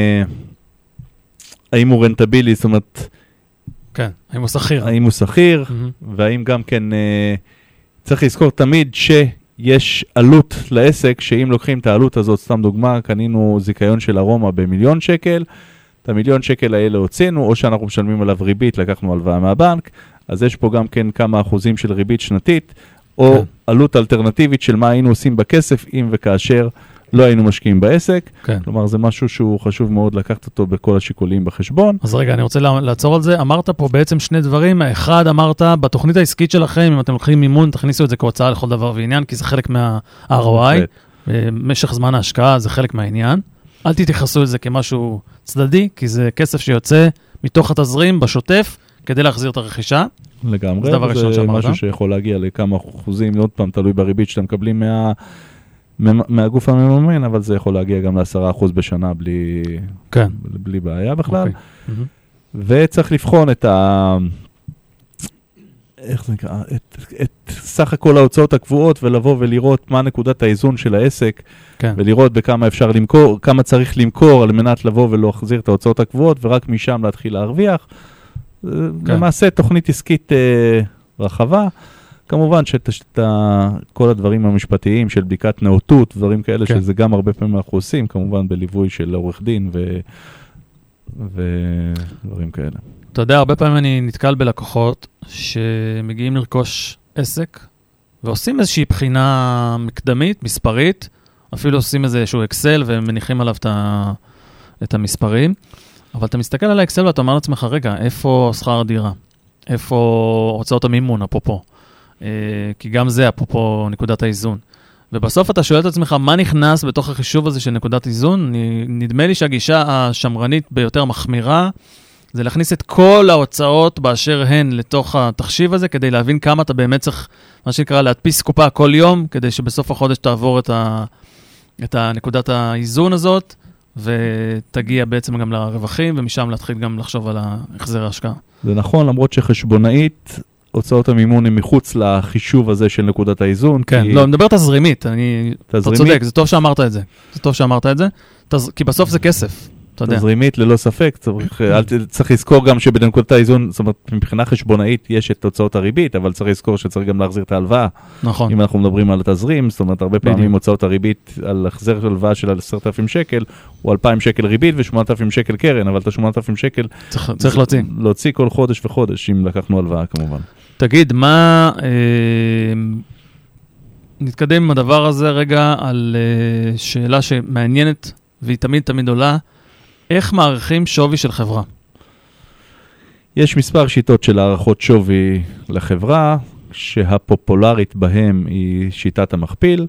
הוא רנטבילי, זאת אומרת... כן, האם הוא שכיר. האם הוא שכיר, והאם גם כן צריך לזכור תמיד שיש עלות לעסק, שאם לוקחים את העלות הזאת, סתם דוגמה, קנינו זיכיון של ארומה ב1,000,000 שקל, את ה1,000,000 שקל האלה הוצאנו, או שאנחנו משלמים עליו ריבית, לקחנו הלוואה מהבנק, אז יש פה גם כן כמה אחוזים של ריבית שנתית, או כן. עלות אלטרנטיבית של מה היינו עושים בכסף, אם וכאשר לא היינו משקיעים בעסק. כן. כלומר, זה משהו שהוא חשוב מאוד לקחת אותו בכל השיקולים בחשבון. אז רגע, אני רוצה לעצור על זה. אמרת פה בעצם שני דברים. אחד, אמרת, בתוכנית העסקית שלכם, אם אתם לוקחים מימון, תכניסו את זה כהוצאה לכל דבר ועניין, כי זה חלק מה-ROI. במשך זמן ההשקעה זה חלק מהעניין. אל תתייחסו את זה כמשהו צדדי, כי זה כסף שיוצא מתוך התזרים בשוטף, כדי להחזיר את הרכישה. לגמרי. זה משהו שיכול להגיע לכמה אחוזים, עוד פעם תלוי בריבית שאתם מקבלים מהגוף המממן, אבל זה יכול להגיע גם ל10% בשנה בלי בעיה בכלל. וצריך לבחון איך זה נקרא? את סך הכל ההוצאות הקבועות, ולבוא ולראות מה נקודת האיזון של העסק, ולראות בכמה אפשר למכור, כמה צריך למכור על מנת לבוא ולהחזיר את ההוצאות הקבועות, ורק משם להתחיל להרוויח. למעשה תוכנית עסקית רחבה, כמובן כל הדברים המשפטיים של בדיקת נאותות, דברים כאלה שזה גם הרבה פעמים אנחנו עושים, כמובן בליווי של עורך דין ודברים כאלה. אתה יודע, הרבה פעמים אני נתקל בלקוחות שמגיעים לרכוש עסק, ועושים איזושהי בחינה מקדמית, מספרית, אפילו עושים איזשהו אקסל ומניחים עליו את המספרים, אבל אתה מסתכל על האקסל ואתה אומר לעצמך, רגע, איפה שכר הדירה? איפה הוצאות המימון, אפרופו? כי גם זה, אפרופו נקודת האיזון. ובסוף אתה שואל את עצמך, מה נכנס בתוך החישוב הזה של נקודת איזון? נדמה לי שהגישה השמרנית ביותר מחמירה, זה להכניס את כל ההוצאות באשר הן לתוך התחשיב הזה, כדי להבין כמה אתה באמת צריך, מה שנקרא, להדפיס קופה כל יום, כדי שבסוף החודש תעבור את נקודת האיזון הזאת, ותגיע בעצם גם לרווחים, ומשם להתחיל גם לחשוב על החזר ההשקעה. זה נכון, למרות שחשבונאית, הוצאות המימון הן מחוץ לחישוב הזה של נקודת האיזון. כן, לא, אני מדבר תזרימית, אתה צודק, זה טוב שאמרת את זה. כי בסוף זה כסף. תזרימית ללא ספק, צריך לזכור גם שבנקודת האיזון, זאת אומרת, מבחינה חשבונאית יש את תוצאות הריבית, אבל צריך לזכור שצריך גם להחזיר את ההלוואה. נכון. אם אנחנו מדברים על התזרים, זאת אומרת, הרבה פעמים הוצאות הריבית על החזר של הלוואה של 10,000 שקל, הוא 2,000 שקל ריבית ו8,000 שקל קרן, אבל את ה8,000 שקל צריך להוציא כל חודש וחודש, אם לקחנו הלוואה כמובן. תגיד, מה... נתקדם עם הדבר הזה רגע על שאלה שמעניינת והיא תמיד עולה. איך מעריכים שווי של חברה? יש מספר שיטות של הערכות שווי לחברה, שהפופולרית בהם היא שיטת המכפיל,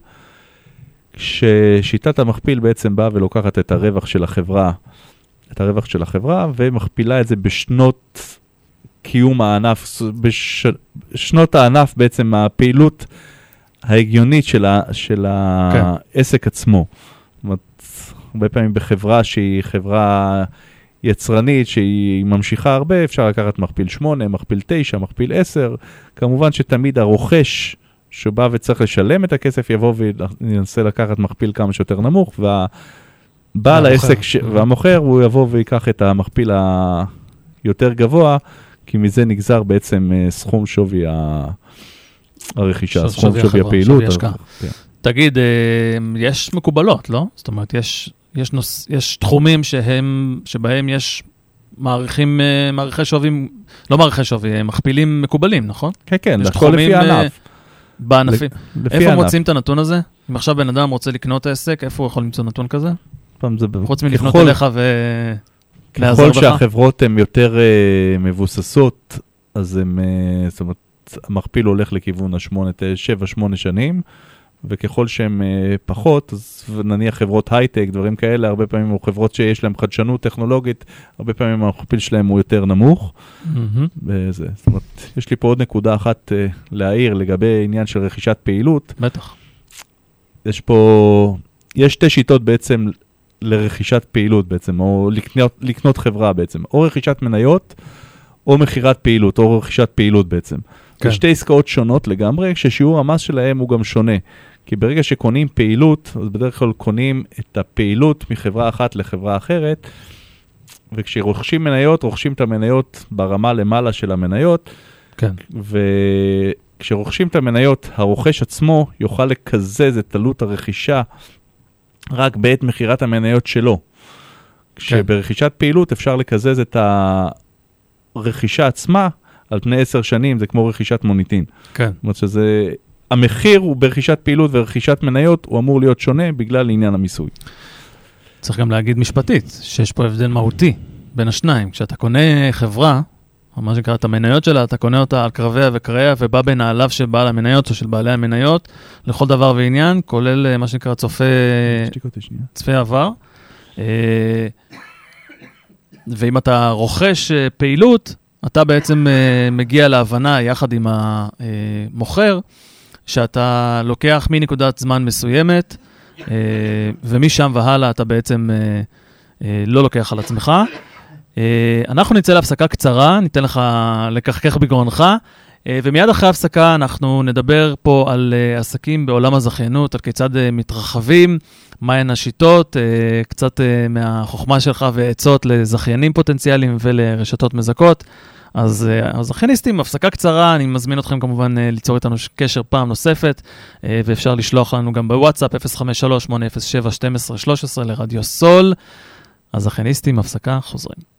ששיטת המכפיל בעצם באה ולוקחת את הרווח של החברה, ומכפילה את זה בשנות קיום הענף, בשנות הענף בעצם הפעילות ההגיונית של העסק עצמו. זאת אומרת, הרבה פעמים בחברה שהיא חברה יצרנית, שהיא ממשיכה הרבה, אפשר לקחת מכפיל 8, מכפיל 9, מכפיל 10. כמובן שתמיד הרוכש שבא וצריך לשלם את הכסף, יבוא וינסה לקחת מכפיל כמה שיותר נמוך, והבעל העסק והמוכר, הוא יבוא ויקח את המכפיל היותר גבוה, כי מזה נגזר בעצם סכום שווי הרכישה, סכום שווי הפעילות. תגיד, יש מקובלות, לא? זאת אומרת, יש תחומים שבהם יש מעריכי שווי, לא מעריכי שווי, מכפילים מקובלים, נכון? כן, כן, הכל לפי הענף. בענפים. איפה מוצאים את הנתון הזה? אם עכשיו בן אדם רוצה לקנות את העסק, איפה הוא יכול למצוא נתון כזה? חוץ מלפנות אליך ולעזור בך? ככל שהחברות הן יותר מבוססות, אז זאת אומרת, המכפיל הולך לכיוון 7-8 שנים, וככל שהן פחות, אז נניח חברות הייטק, דברים כאלה, הרבה פעמים או חברות שיש להן חדשנות טכנולוגית, הרבה פעמים המכפיל שלהם הוא יותר נמוך. זאת אומרת, יש לי פה עוד נקודה אחת להעיר לגבי עניין של רכישת פעילות. בטח. יש שתי שיטות בעצם לרכישת פעילות בעצם, או לקנות חברה בעצם, או רכישת מניות, או מחירת פעילות, או רכישת פעילות בעצם. זה שתי עסקאות שונות לגמרי, כששיעור המס שלהם הוא גם שונה. כי ברגע שקונים פעילות, אז בדרך כלל קונים את הפעילות מחברה אחת לחברה אחרת, וכשרוכשים מניות, רוכשים את המניות ברמה למעלה של המניות, כן. וכשרוכשים את המניות, הרוכש עצמו יוכל לקזז את עלות הרכישה רק בעת מחירת המניות שלו. כשברכישת פעילות אפשר לקזז את הרכישה עצמה, על פני 10 שנים, זה כמו רכישת מוניטין. כן. זאת אומרת שזה, המחיר הוא ברכישת פעילות ורכישת מניות, הוא אמור להיות שונה בגלל עניין המיסוי. צריך גם להגיד משפטית, שיש פה הבדל מהותי בין השניים. כשאתה קונה חברה, או מה שקרא את המניות שלה, אתה קונה אותה על קרביה וקרעיה, ובא בנעליו של בעל המניות או של בעלי המניות, לכל דבר ועניין, כולל מה שנקרא צופה עבר. ואם אתה רוכש פעילות, אתה בעצם מגיע להבנה יחד עם המוכר, שאתה לוקח מנקודת זמן מסוימת, ומשם והלאה אתה בעצם לא לוקח על עצמך. אנחנו נצא להפסקה קצרה, ניתן לך לקחקח בגרונך, ומיד אחרי ההפסקה אנחנו נדבר פה על עסקים בעולם הזכיינות, על כיצד מתרחבים, מהן השיטות, קצת מהחוכמה שלך ועצות לזכיינים פוטנציאליים ולרשתות מזכות. אז הזכייניסטים, הפסקה קצרה, אני מזמין אתכם כמובן ליצור איתנו קשר פעם נוספת, ואפשר לשלוח לנו גם בוואטסאפ 053-807-1213 לרדיו סול. הזכייניסטים, הפסקה, חוזרים.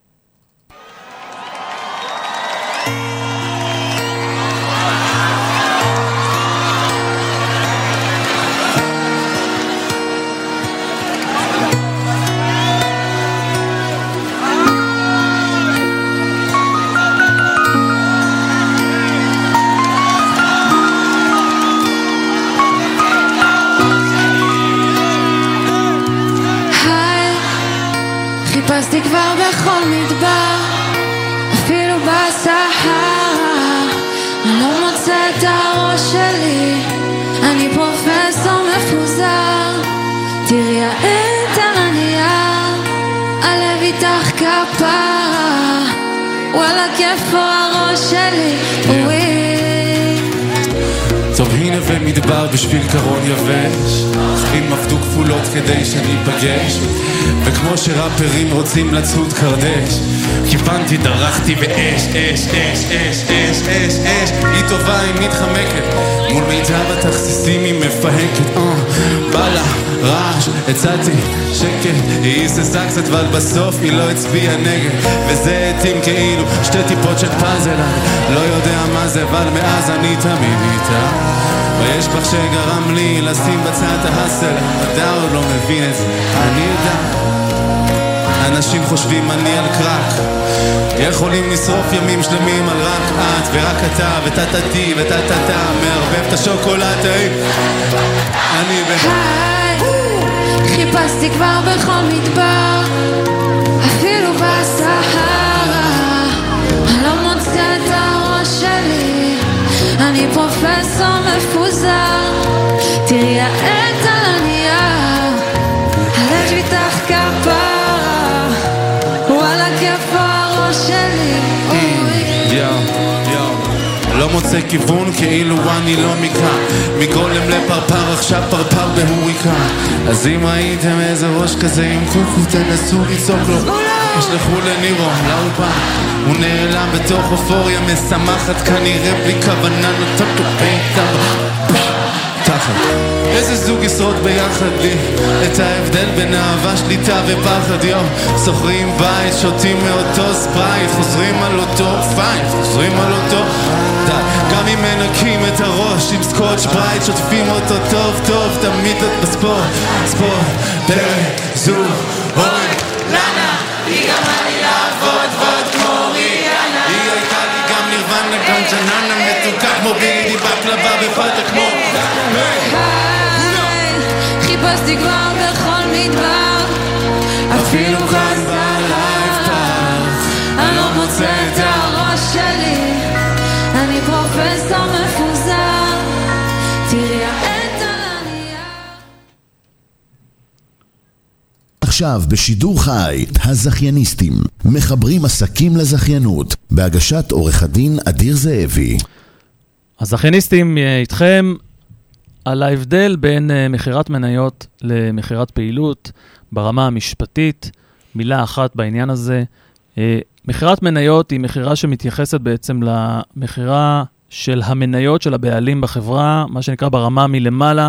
חיפשתי כבר בכל מדבר, אפילו בסהרה, אני לא מוצא את הראש שלי, אני פרופסור מפוזר, תראי העט על הנייר, הלב איתך כפרה, וואלה כיפו הראש שלי, טוב הנה ומדבר בשביל קרון יבש, צריכים עבדו כפולות כדי שאני אפגש, כמו שראפרים רוצים לצוד קרדש. כיוונתי, דרכתי באש, אש, אש, אש, אש, אש, אש. היא טובה, היא מתחמקת מול מיטב התכסיסים היא מפהקת. בא לה רעש, הצעתי שקט, היא היססה קצת אבל בסוף היא לא הצביעה נגד. וזה התאים כאילו שתי טיפות של פאזל. אני לא יודע מה זה אבל מאז אני תמיד איתה. ויש בך שגרם לי לשים בצד ההסל. אתה עוד לא מבין את זה, אני יודע. אנשים חושבים אני על קרק, יכולים לשרוף ימים שלמים על רק את ורק אתה וטטטי וטטטה מערבב את השוקולד. אני היי, חיפשתי כבר בכל מדבר, אפילו בסהרה. אני לא מוצא את הראש שלי, אני פרופסור מפוזר. תראי העט על הנייר, הלב שלי תחת כפרה, וואלה כיפה הראש שלי. לא מוצא כיוון כאילו אני לא מכאן, מגולם לפרפר עכשיו פרפר בהוריקן. אז אם ראיתם איזה ראש כזה עם קוקו תנסו לצעוק לו, ישלחו לנירו לאופן. הוא נעלם בתוך אופוריה משמחת כנראה בלי כוונה, נותן לו ביתה תחת. איזה זוג ישרוד ביחד לי את ההבדל בין אהבה, שליטה ופחד. יום סוחרים בית, שותים מאותו ספרייט, חוזרים על אותו פייט, חוזרים על אותו די. גם אם מנקים את הראש עם סקוטש ברייט, שוטפים אותו טוב טוב, תמיד את בספורט. ספורט, פרק, זוג, אורן, לנה, היא גם אני לעבוד ועוד כמו ריאנה. היא הייתה לי גם נירוונה, גם ג'ננה מתוקה כמו בידי בקלבה בפרטה כמו חיפשתי כבר בכל מדבר, אפילו כאן בלייב פארק. אני לא מוצא את הראש שלי, אני פרופסור מפוזר. תראי העט על הנייר. עכשיו בשידור חי, הזכייניסטים מחברים עסקים לזכיינות, בהגשת עורך הדין אדיר זאבי. הזכייניסטים איתכם על ההבדל בין מחירת מניות למחירת פעילות ברמה המשפטית. מילה אחת בעניין הזה. מחירת מניות היא מחירה שמתייחסת בעצם למחירה של המניות של הבעלים בחברה, מה שנקרא ברמה מלמעלה.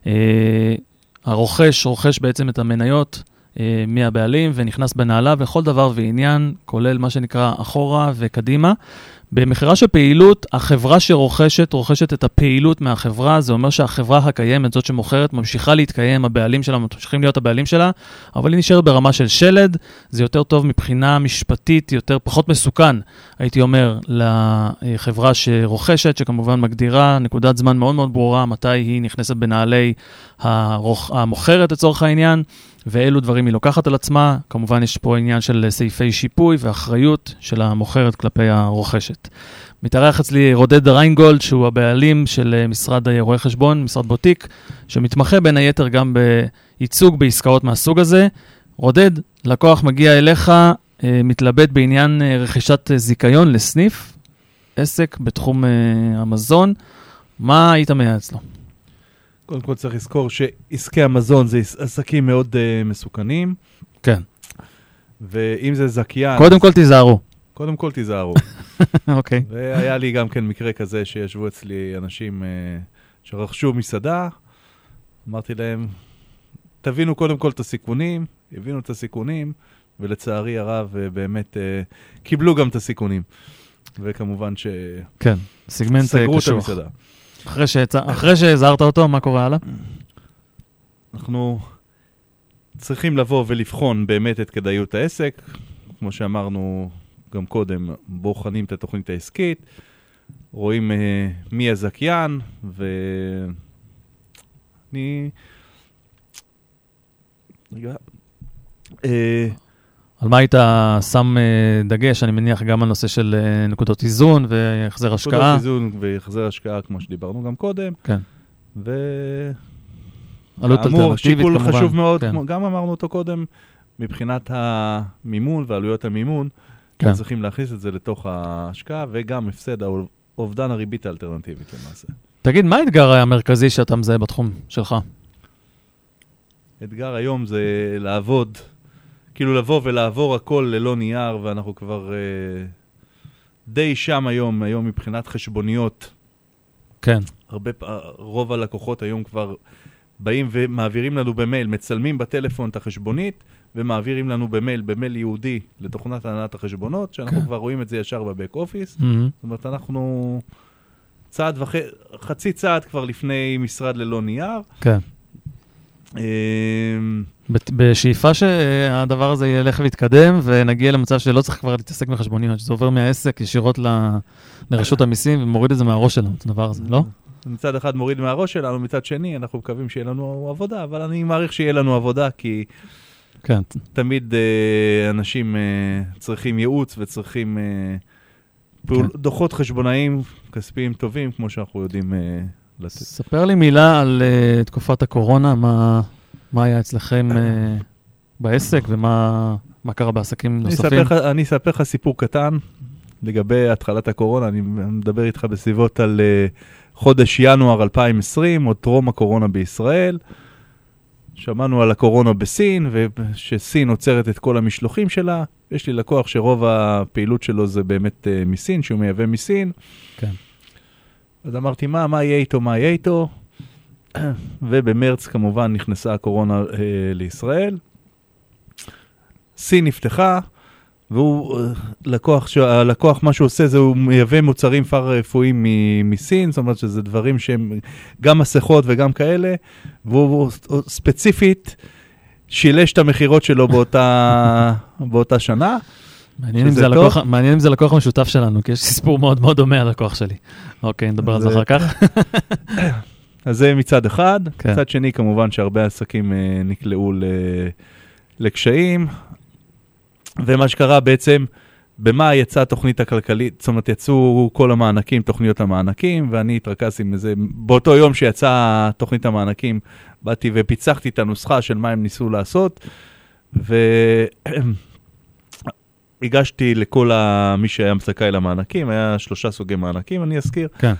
הרוכש רוכש בעצם את המניות מהבעלים ונכנס בנעלה וכל דבר ועניין, כולל מה שנקרא אחורה וקדימה. במחירה של פעילות, החברה רוכשת את הפעילות מהחברה. זה אומר שהחברה הקיימת, זאת שמוכרת, ממשיכה להתקיים, הבעלים שלה ממשיכים להיות הבעלים שלה, אבל היא נשארת ברמה של שלד. זה יותר טוב מבחינה משפטית, יותר פחות מסוכן, הייתי אומר, לחברה שרוכשת, שכמובן מגדירה נקודת זמן מאוד מאוד ברורה, מתי היא נכנסת בנעלי המוכרת לצורך העניין, ואילו דברים היא לוקחת על עצמה. כמובן יש פה עניין של סעיפי שיפוי ואחריות של המוכרת כלפי הרוכשת. מתארח אצלי רודד ריינגולד, שהוא הבעלים של משרד רואי חשבון, משרד בוטיק, שמתמחה בין היתר גם בייצוג בעסקאות מהסוג הזה. רודד, לקוח מגיע אליך, מתלבט בעניין רכישת זיכיון לסניף, עסק בתחום המזון. מה היית מייעץ לו? קודם כל צריך לזכור שעסקי המזון זה עסקים מאוד מסוכנים. כן. ואם זה זכיין... קודם כל תיזהרו. קודם כל תיזהרו. אוקיי. והיה לי גם כן מקרה כזה שישבו אצלי אנשים שרכשו מסעדה. אמרתי להם, תבינו קודם כל את הסיכונים, הבינו את הסיכונים, ולצערי הרב באמת קיבלו גם את הסיכונים. וכמובן ש... כן, סגמנט סגרו קשוח. את המסעדה. אחרי שהזהרת אותו, מה קורה הלאה? אנחנו צריכים לבוא ולבחון באמת את כדאיות העסק. כמו שאמרנו גם קודם, בוחנים את התוכנית העסקית, רואים מי הזכיין, ואני... רגע... על מה היית שם דגש? אני מניח גם על נושא של נקודות איזון והחזר השקעה. נקודות איזון והחזר השקעה, כמו שדיברנו גם קודם. כן. עלות אלטרנטיבית, שיקול כמובן. חשוב מאוד, כן. גם אמרנו אותו קודם, מבחינת המימון ועלויות המימון, כן. צריכים להכניס את זה לתוך ההשקעה, וגם הפסד אובדן הריבית האלטרנטיבית למעשה. תגיד, מה האתגר המרכזי שאתה מזהה בתחום שלך? אתגר היום זה לעבוד כאילו לבוא ולעבור הכל ללא נייר, ואנחנו כבר די שם היום מבחינת חשבוניות. כן. רוב הלקוחות היום כבר באים ומעבירים לנו במייל, מצלמים בטלפון את החשבונית, ומעבירים לנו במייל יהודי לתוכנת הנהלת החשבונות, שאנחנו כבר רואים את זה ישר בבק אופיס. זאת אומרת, אנחנו חצי צעד כבר לפני משרד ללא נייר. כן. בשאיפה שהדבר הזה ילך ויתקדם, ונגיע למצב שלא צריך כבר להתעסק בחשבוניות, שזה עובר מהעסק ישירות לרשות המיסים, ומוריד את זה מהראש שלנו, את הדבר הזה, לא? מצד אחד מוריד מהראש שלנו, מצד שני אנחנו מקווים שיהיה לנו עבודה, אבל אני מעריך שיהיה לנו עבודה, כי כן. תמיד אנשים צריכים ייעוץ וצריכים דוחות חשבונאיים כספיים טובים, כמו שאנחנו יודעים לתת. ספר לי מילה על תקופת הקורונה, מה היה אצלכם בעסק ומה קרה בעסקים נוספים? אני אספר לך סיפור קטן לגבי התחלת הקורונה. אני מדבר איתך בסביבות על חודש ינואר 2020, עוד טרום הקורונה בישראל. שמענו על הקורונה בסין, ושסין עוצרת את כל המשלוחים שלה. יש לי לקוח שרוב הפעילות שלו זה באמת מסין, שהוא מייבא מסין. כן. אז אמרתי, מה יהיה איתו? ובמרץ כמובן נכנסה הקורונה לישראל. סין נפתחה, והוא הלקוח מה שהוא עושה זה הוא מייבא מוצרים פארה-רפואיים מסין, זאת אומרת שזה דברים שהם גם מסכות וגם כאלה, והוא ספציפית שילש את המחירות שלו באותה שנה. מעניין אם זה לקוח משותף שלנו, כי יש סיפור מאוד מאוד דומה על לקוח שלי. אוקיי, נדבר על זה אחר כך. אז זה מצד אחד. מצד שני, כמובן שהרבה עסקים נקלעו לקשיים, ומה שקרה בעצם, במה יצאה התוכנית הכלכלית, זאת אומרת, יצאו כל המענקים, תוכניות המענקים, ואני התרכזתי מזה. באותו יום שיצאה תוכנית המענקים, באתי ופיצחתי את הנוסחה של מה הם ניסו לעשות, הגשתי לכל מי שהיה זכאי למענקים, היה 3 סוגי מענקים, אני אזכיר. כן.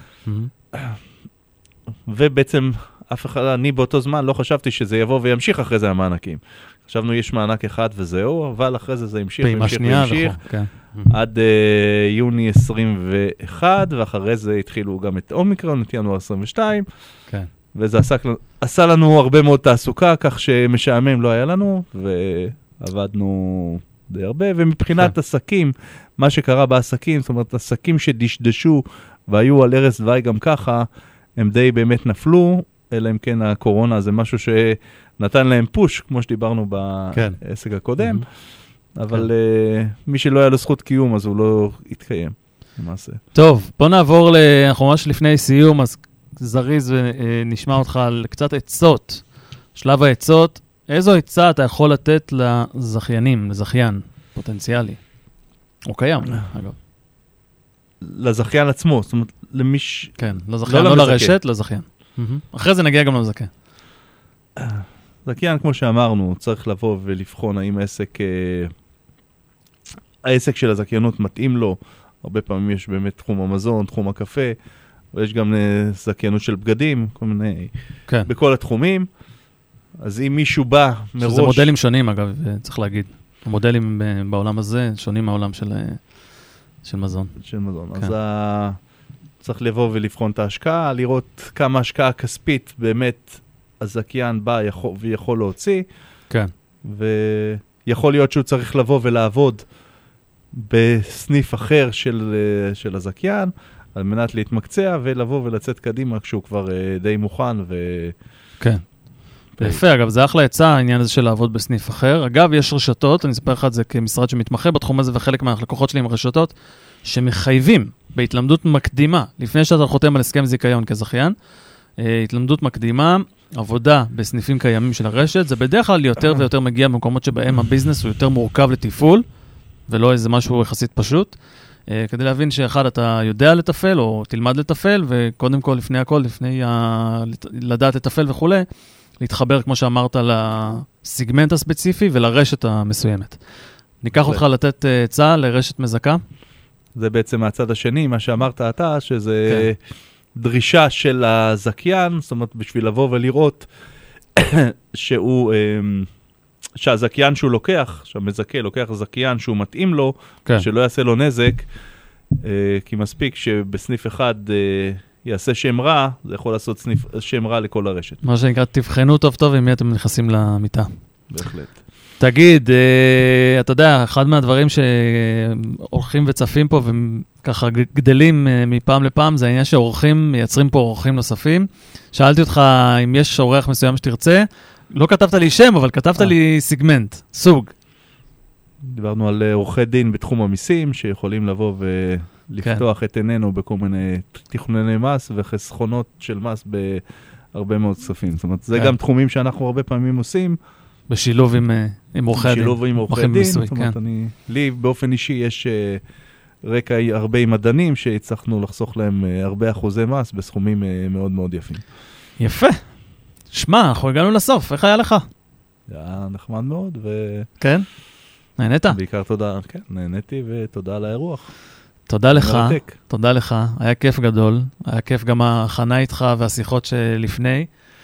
ובעצם אני באותו זמן לא חשבתי שזה יבוא וימשיך אחרי זה המענקים. חשבנו יש מענק אחד וזהו, אבל אחרי זה ימשיך וימשיך. עד יוני 21, ואחרי זה התחילו גם את אומיקרון, את ינואר 22. כן. וזה עשה לנו הרבה מאוד תעסוקה, כך שמשעמם לא היה לנו, ועבדנו די הרבה, ומבחינת עסקים, מה שקרה בעסקים, זאת אומרת, עסקים שדשדשו והיו על ערש דווי גם ככה, הם די באמת נפלו, אלא אם כן הקורונה זה משהו שנתן להם פוש, כמו שדיברנו בעסק הקודם, אבל מי שלא היה לו זכות קיום, אז הוא לא יתקיים, למעשה. טוב, בוא נעבור, אנחנו ממש לפני סיום, אז זריז ונשמע אותך על קצת עצות, שלב העצות, איזו עצה אתה יכול לתת לזכיינים, לזכיין פוטנציאלי? הוא קיים, אגב. לזכיין עצמו, זאת אומרת, כן, לזכיין, לא לרשת, לזכיין. אחרי זה נגיע גם לזכיין. זכיין, כמו שאמרנו, צריך לבוא ולבחון האם העסק של הזכיינות מתאים לו. הרבה פעמים יש באמת תחום המזון, תחום הקפה, ויש גם זכיינות של בגדים, כל מיני, בכל התחומים. אז אם מישהו בא מראש... שזה מודלים שונים, אגב, צריך להגיד. המודלים בעולם הזה שונים מהעולם של מזון. של מזון. אז צריך לבוא ולבחון את ההשקעה, לראות כמה השקעה כספית באמת הזכיין בא ויכול להוציא. כן. ויכול להיות שהוא צריך לבוא ולעבוד בסניף אחר של הזכיין, על מנת להתמקצע ולבוא ולצאת קדימה כשהוא כבר די מוכן. כן. יפה, אגב, זה אחלה עצה, העניין הזה של לעבוד בסניף אחר. אגב, יש רשתות, אני אספר לך את זה כמשרד שמתמחה בתחום הזה, וחלק מהלקוחות שלי עם רשתות, שמחייבים בהתלמדות מקדימה, לפני שאתה חותם על הסכם זיכיון כזכיין, התלמדות מקדימה, עבודה בסניפים קיימים של הרשת, זה בדרך כלל יותר ויותר מגיע במקומות שבהם הביזנס הוא יותר מורכב לתפעול, ולא איזה משהו יחסית פשוט, כדי להבין שאחד אתה יודע לתפעל, או תלמד לתפעל, וקודם כל, לפני הכל, לפני לדעת לתפעל וכו', להתחבר, כמו שאמרת, לסיגמנט הספציפי ולרשת המסוימת. ניקח אותך לתת עצה לרשת מזכה? זה בעצם מהצד השני, מה שאמרת אתה, שזה דרישה של הזכיין, זאת אומרת, בשביל לבוא ולראות שהזקיין שהוא לוקח, שהמזכה לוקח זקיין שהוא מתאים לו, שלא יעשה לו נזק, כי מספיק שבסניף אחד יעשה שם רע, זה יכול לעשות שם רע לכל הרשת. מה שנקרא, תבחנו טוב טוב עם מי אתם נכנסים למיטה. בהחלט. תגיד, אתה יודע, אחד מהדברים שהולכים וצפים פה וככה גדלים מפעם לפעם, זה העניין שאורחים מייצרים פה אורחים נוספים. שאלתי אותך אם יש אורח מסוים שתרצה, לא כתבת לי שם, אבל כתבת לי סיגמנט, סוג. דיברנו על עורכי דין בתחום המיסים, שיכולים לבוא ולפתוח את עינינו בכל מיני תכנוני מס וחסכונות של מס בהרבה מאוד כספים. זאת אומרת, זה גם תחומים שאנחנו הרבה פעמים עושים. בשילוב עם עורכי דין. בשילוב עם עורכי דין. זאת אומרת, לי באופן אישי יש רקע הרבה עם מדענים, שהצלחנו לחסוך להם הרבה אחוזי מס בסכומים מאוד מאוד יפים. יפה. שמע, אנחנו הגענו לסוף, איך היה לך? היה נחמד מאוד, כן? נהנית? בעיקר תודה, כן, נהניתי ותודה על האירוח. תודה לך, תודה לך, היה כיף גדול, היה כיף גם ההכנה איתך והשיחות שלפני.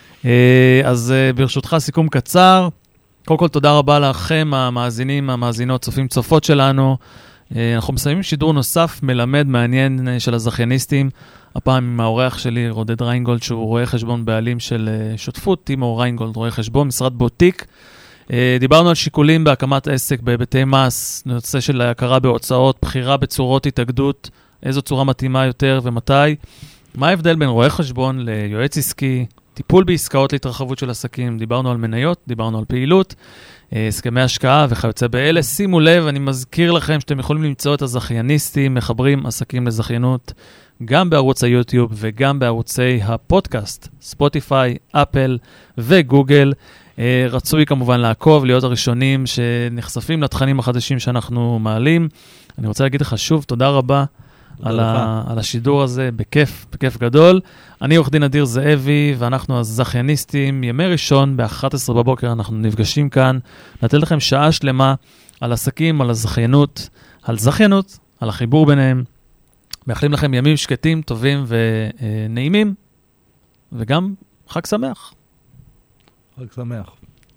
אז ברשותך סיכום קצר, קודם כל תודה רבה לכם, המאזינים, המאזינות, צופים, צופות שלנו. אנחנו מסיימים שידור נוסף, מלמד, מעניין של הזכייניסטים, הפעם עם האורח שלי, רודד ריינגולד, שהוא רואה חשבון בעלים של שותפות, טימו ריינגולד, רואה חשבון, משרד בוטיק. דיברנו על שיקולים בהקמת עסק, בהיבטי מס, נושא של הכרה בהוצאות, בחירה בצורות התאגדות, איזו צורה מתאימה יותר ומתי. מה ההבדל בין רואה חשבון ליועץ עסקי, טיפול בעסקאות להתרחבות של עסקים, דיברנו על מניות, דיברנו על פעילות, הסכמי השקעה וכיוצא באלה. שימו לב, אני מזכיר לכם שאתם יכולים למצוא את הזכייניסטים, מחברים עסקים לזכיינות, גם בערוץ היוטיוב וגם בערוצי הפודקאסט, ספוטיפיי, אפל וגוגל. רצוי כמובן לעקוב, להיות הראשונים שנחשפים לתכנים החדשים שאנחנו מעלים. אני רוצה להגיד לך שוב, תודה רבה על השידור הזה, בכיף גדול. אני עורך דין אדיר זאבי, ואנחנו הזכייניסטים. ימי ראשון ב-11 בבוקר אנחנו נפגשים כאן, לתת לכם שעה שלמה על עסקים, על הזכיינות, על החיבור ביניהם. מאחלים לכם ימים שקטים, טובים ונעימים, וגם חג שמח. חג שמח.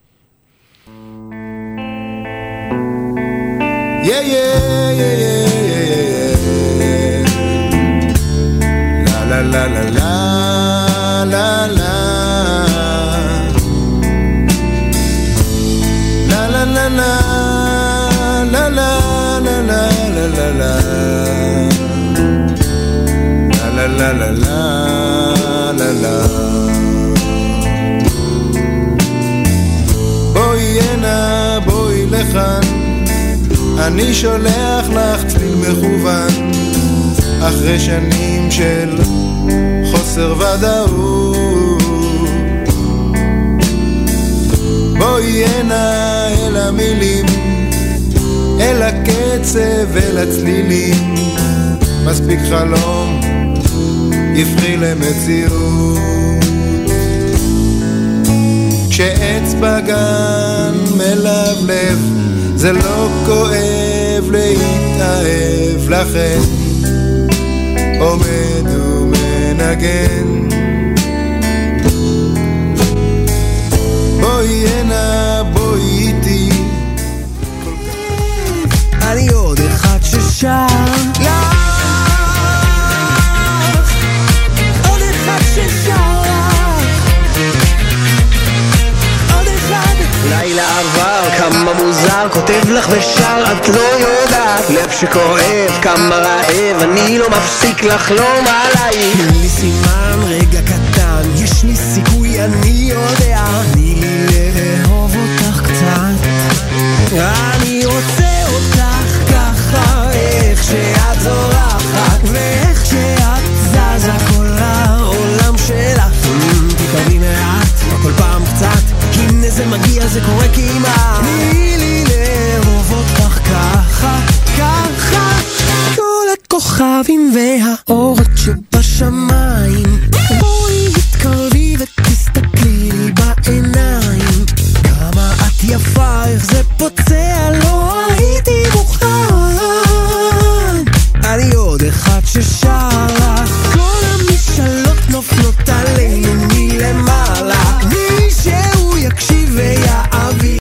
Yeah, yeah, yeah, yeah, yeah, yeah. La, la, la, la, la, la. La, la, la, la, la, la, la, la, la, la. La, la, la, la, la, la. בואי הנה, בואי לכאן, אני שולח לך צליל מכוון, אחרי שנים של חוסר ודאות. בואי הנה אל המילים, אל הקצב, אל הצלילים, מספיק חלום יפחי למציאות. כשעץ בגן מלבלב, זה לא כואב להתאהב, לכן עומד ומנגן. בואי הנה, בואי איתי, אני עוד אחד ששר לך, עוד אחד ששר לילה עבר, כמה מוזר, כותב לך ושר, את לא יודעת, לב שכואב, כמה רעב, אני לא מפסיק לחלום עליי. תן לי סימן רגע קטן, יש לי סיכוי, אני יודע, תני לי לאהוב אותך קצת, אני רוצה אותך ככה, איך שאת זורחת, ואיך שאת זזה כל העולם שלך, תקרבי מעט, כל פעם קצת, הנה זה מגיע, זה קורה כמעט, תני לי לאהוב אותך ככה, ככה, כל הכוכבים והאורות שבשמיים, בואי התקרבי ותסתכלי לי בעיניים, כמה את יפה, איך זה פוצע